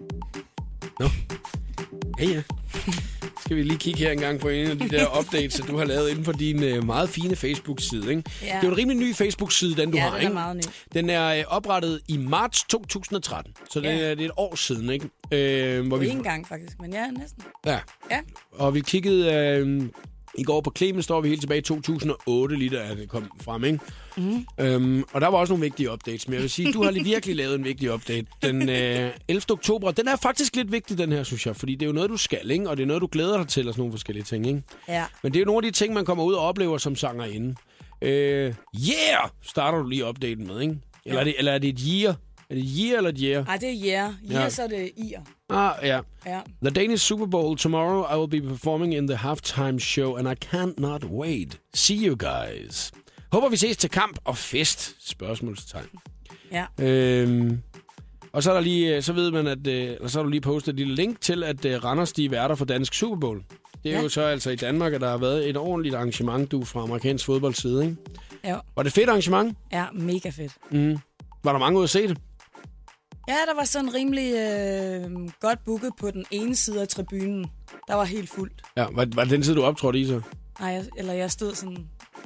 Nå. Ja, ja. Skal vi lige kigge her en gang på en af de der updates, du har lavet inde på din øh, meget fine Facebook-side, ikke? Ja. Det er jo en rimelig ny Facebook-side, den du Ja, har, den er ikke? meget ny. Den er øh, oprettet i marts to tusind og tretten, så det, Ja. er, det er et år siden, ikke? Øh, hvor På vi, en gang, faktisk. Men ja, næsten. ja. Ja. Og vi kiggede... Øh, I går på Clemens står vi helt tilbage i to tusind og otte, lige da det kom frem, ikke? Mm. Øhm, og der var også nogle vigtige updates, men jeg vil sige, du har lige virkelig lavet en vigtig update. Den øh, ellevte oktober, den er faktisk lidt vigtig, den her, synes jeg, fordi det er jo noget, du skal, ikke? Og det er noget, du glæder dig til, og sådan nogle forskellige ting, ikke? Ja. Men det er jo nogle af de ting, man kommer ud og oplever som sangerinde. Øh, yeah! Starter du lige updaten med, ikke? Eller, ja. er det, eller er det et year? Er det year eller et year? Nej, det er year. Year, ja. Så er det year. Ah, ja. ja. The Danish Super Bowl. Tomorrow I will be performing in the halftime show, and I can't not wait. See you guys. Håber vi ses til kamp og fest. Spørgsmålstegn. Ja. Øhm, og så er der lige, så ved man, at eller så har du lige postet et lille link til, at uh, Randers de er værter for Dansk Super Bowl. Det er ja. jo så altså i Danmark, at der har været et ordentligt arrangement, du fra amerikansk fodboldside, ikke? Ja. Var det fedt arrangement? Ja, mega fedt. Mm. Var der mange ude at se det? Ja, der var sådan rimelig øh, godt booket på den ene side af tribunen. Der var helt fuldt. Ja, var, var det den side, du optrådte i så? Nej, jeg, eller jeg stod sådan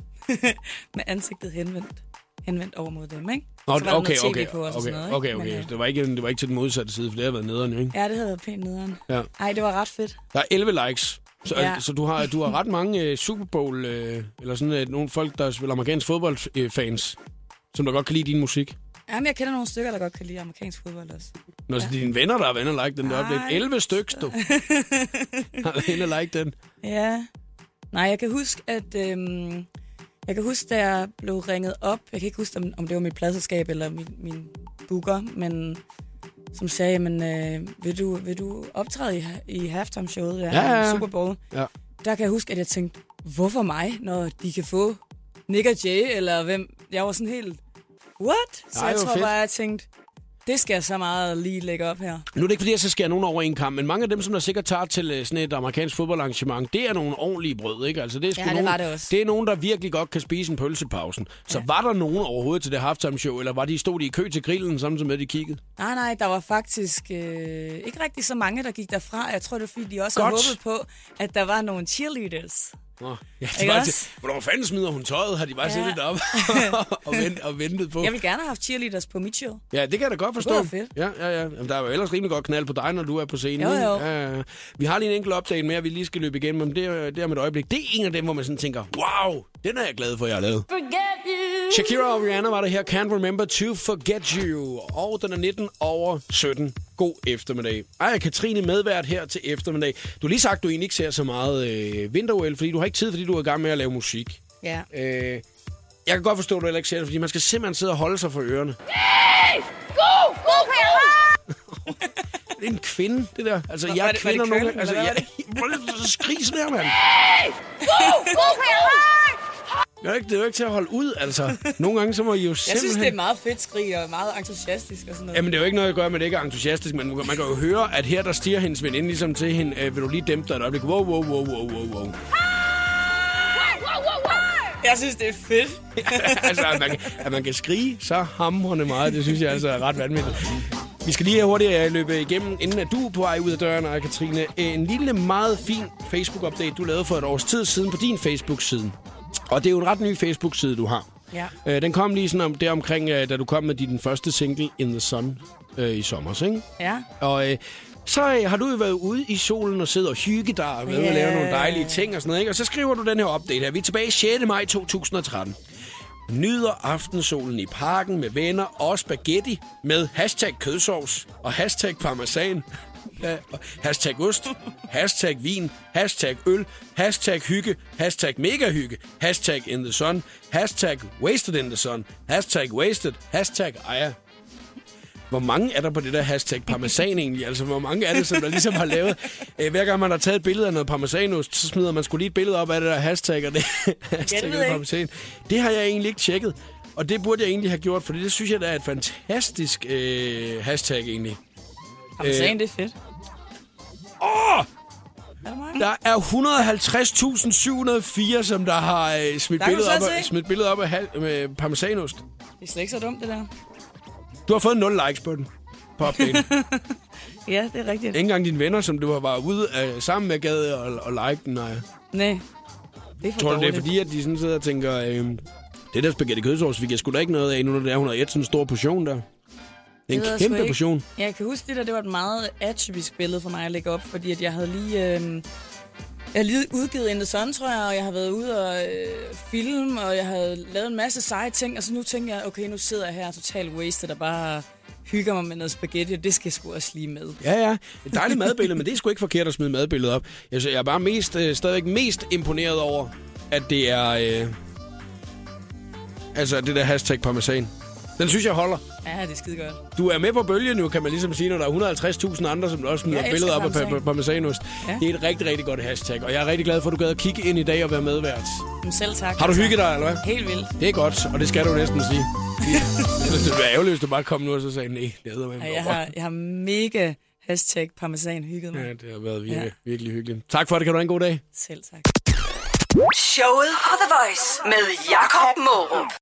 med ansigtet henvendt, henvendt over mod dem, ikke? Nå, så var okay, der okay, T V på og okay, sådan noget, okay, okay. Men, øh... det, var ikke, det var ikke til den modsatte side, for det havde været nederen, ikke? Ja, det havde været pænt nederen. Ja. Ej, det var ret fedt. Der er elleve likes. Så, ja. så du har du har ret mange uh, Super Bowl, uh, eller sådan uh, nogle folk, der spiller amerikansk fodboldfans, uh, som der godt kan lide din musik. Jamen, jeg kender nogle stykker, der godt kan lide amerikansk fodbold også. Nå, så ja. dine venner, der har venner, like den der update. elleve stykker, du. Har venner like den. Ja. Nej, jeg kan huske, at... Øhm, jeg kan huske, da jeg blev ringet op. Jeg kan ikke huske, om, om det var mit pladselskab eller min, min booker, men som sagde, men øh, vil, du, vil du optræde i, i halftime-showet der, ja, ja, ja. Super Bowl? Ja. Der kan jeg huske, at jeg tænkte, hvorfor mig, når de kan få Nick og Jay, eller hvem? Jeg var sådan helt... What? Så Ej, jeg tror fedt. bare, jeg tænkte, det skal jeg så meget lige lægge op her. Nu er det ikke, fordi jeg så skærer nogen over en kamp, men mange af dem, som der sikkert tager til sådan et amerikansk fodboldarrangement, det er nogle ordentlige brød, ikke? Altså, det er, sgu ja, det nogen, var det også. Det er nogen, der virkelig godt kan spise en pølsepausen. Så ja. Var der nogen overhovedet til det halftime show, eller var de, stod de i kø til grillen, samtidig med, at de kiggede? Nej, nej, der var faktisk øh, ikke rigtig så mange, der gik derfra. Jeg tror, det var, fordi de også havde håbet på, at der var nogle cheerleaders. Nå, ja, det var til, hvornår fanden smider hun tøjet? Har de bare ja. siddet op og, vent, og ventet på? Jeg vil gerne have haft cheerleaders på mit show. Ja, det kan jeg da godt forstå. Det var fedt. Ja, ja, ja. Jamen, der er jo ellers rimelig godt knald på dig, når du er på scenen. Jo, jo. Ja, ja. Vi har lige en enkelt update mere, vi lige skal løbe igennem, men det er, det er med et øjeblik. Det er en af dem, hvor man sådan tænker, wow, den er jeg glad for, jeg har lavet. Shakira og Rihanna var der her. Can't remember to forget you. Og den er nitten over sytten. God eftermiddag. Ej, Katrine medvært her til eftermiddag. Du har lige sagt, at du egentlig ikke ser så meget øh, vinter-O L, fordi du har ikke tid, fordi du er i gang med at lave musik. Ja. Øh, jeg kan godt forstå, at du heller ikke ser det, fordi man skal simpelthen sidde og holde sig for ørerne. Hey! Go! Go, Katrine! Det er en kvinde, det der. Altså, Hva, jeg var det, kvinder var det nogle... Altså, jeg... Skrig sådan her, mand. Hey! Go! Go, Katrine! Det er, ikke, det er jo ikke til at holde ud, altså. Nogle gange, så må I jo simpelthen... Jeg synes, det er meget fedt skrig og meget entusiastisk og sådan noget. Jamen, det er jo ikke noget at gøre med, at det ikke er entusiastisk, men man kan jo høre, at her, der stiger hendes veninde ligesom til hende. Øh, vil du lige dæmpe dig et øjeblik? Wow, wow, wow, wow, wow, wow. Jeg synes, det er fedt. Altså, at man, at man kan skrige så hamrende meget, det synes jeg altså er ret vanvittigt. Vi skal lige have hurtigt løbe igennem, inden at du er på vej ud af døren, og Katrine. En lille, meget fin Facebook-update, du lavede for et års tid siden på din Facebook-side. Og det er jo en ret ny Facebook-side, du har. Ja. Den kom lige sådan om, der omkring, da du kom med din første single, In the Sun, øh, i sommer, ikke? Ja. Og øh, så øh, har du jo været ude i solen og siddet og hygge dig og yeah. lave nogle dejlige ting og sådan noget, ikke? Og så skriver du den her update her. Vi er tilbage sjette maj to tusind og tretten. Nyder aftensolen i parken med venner og spaghetti med hashtag kødsovs og hashtag parmesan. Ja, hashtag ost, hashtag vin, hashtag øl, hashtag hygge, hashtag mega hygge, hashtag in the sun, hashtag wasted in the sun, hashtag wasted, hashtag ejer. Hvor mange er der på det der hashtag parmesan egentlig? Altså, hvor mange er det, som der ligesom har lavet? Æh, hver gang man har taget et billede af noget parmesanost, så smider man sgu lige et billede op af det der hashtag og det hashtag det parmesan. Det har jeg egentlig ikke tjekket, og det burde jeg egentlig have gjort, for det synes jeg, der er et fantastisk øh, hashtag egentlig. Parmesan, det er fedt. Åh! Oh! Der er et hundrede og halvtreds tusind syv hundrede og fire, som der har øh, smidt billedet op, af, smidt billedet op af hal- med parmesanost. Det er slet ikke så dumt, det der. Du har fået nul likes på den. På updaten. Ja, det er rigtigt. Ikke engang dine venner, som du var ude øh, sammen med, gad og, og like den. Nej. Nej. Det er for Tror du, dårligt. det er fordi, at de sådan sidder og tænker, øh, det der spaghetti kødsovs, vi kan sgu da ikke noget af, nu når det er hundrede og et, sådan en stor portion der. Det er en kæmpe portion. Ja, jeg kan huske det der, det var et meget atypisk billede for mig at lægge op, fordi at jeg havde lige... Øh, Jeg har lige udgivet In The Sun, tror jeg, og jeg har været ude og øh, film, og jeg har lavet en masse seje ting, og så nu tænker jeg, okay, nu sidder jeg her totalt wasted og bare hygger mig med noget spaghetti, og det skal jeg sgu også lige med. Ja, ja. Et dejligt madbillede, men det er sgu ikke forkert at smide madbilledet op. Jeg, jeg er bare mest, øh, stadigvæk mest imponeret over, at det er... Øh, altså, det der hashtag parmesan. Den synes jeg holder. Ja, det er skide godt. Du er med på bølgen nu, kan man ligesom sige, når der er et hundrede og halvtreds tusind andre, som også smider billeder op af parmesanost. Ja. Det er et rigtig, rigtig godt hashtag, og jeg er rigtig glad for, at du gad at kigge ind i dag og være medvært. Selv tak. Har du hygget dig, eller hvad? Helt vildt. Det er godt, og det skal du næsten sige. Det er ærgerligt, hvis du bare kom nu og så sagde, nej, det hedder ja, jeg, har, jeg har mega hashtag parmesan hygget mig. Ja, det har været virkelig, ja. virkelig hyggeligt. Tak for det, kan du have en god dag. Selv tak. Showet på The Voice med Jakob Mårup.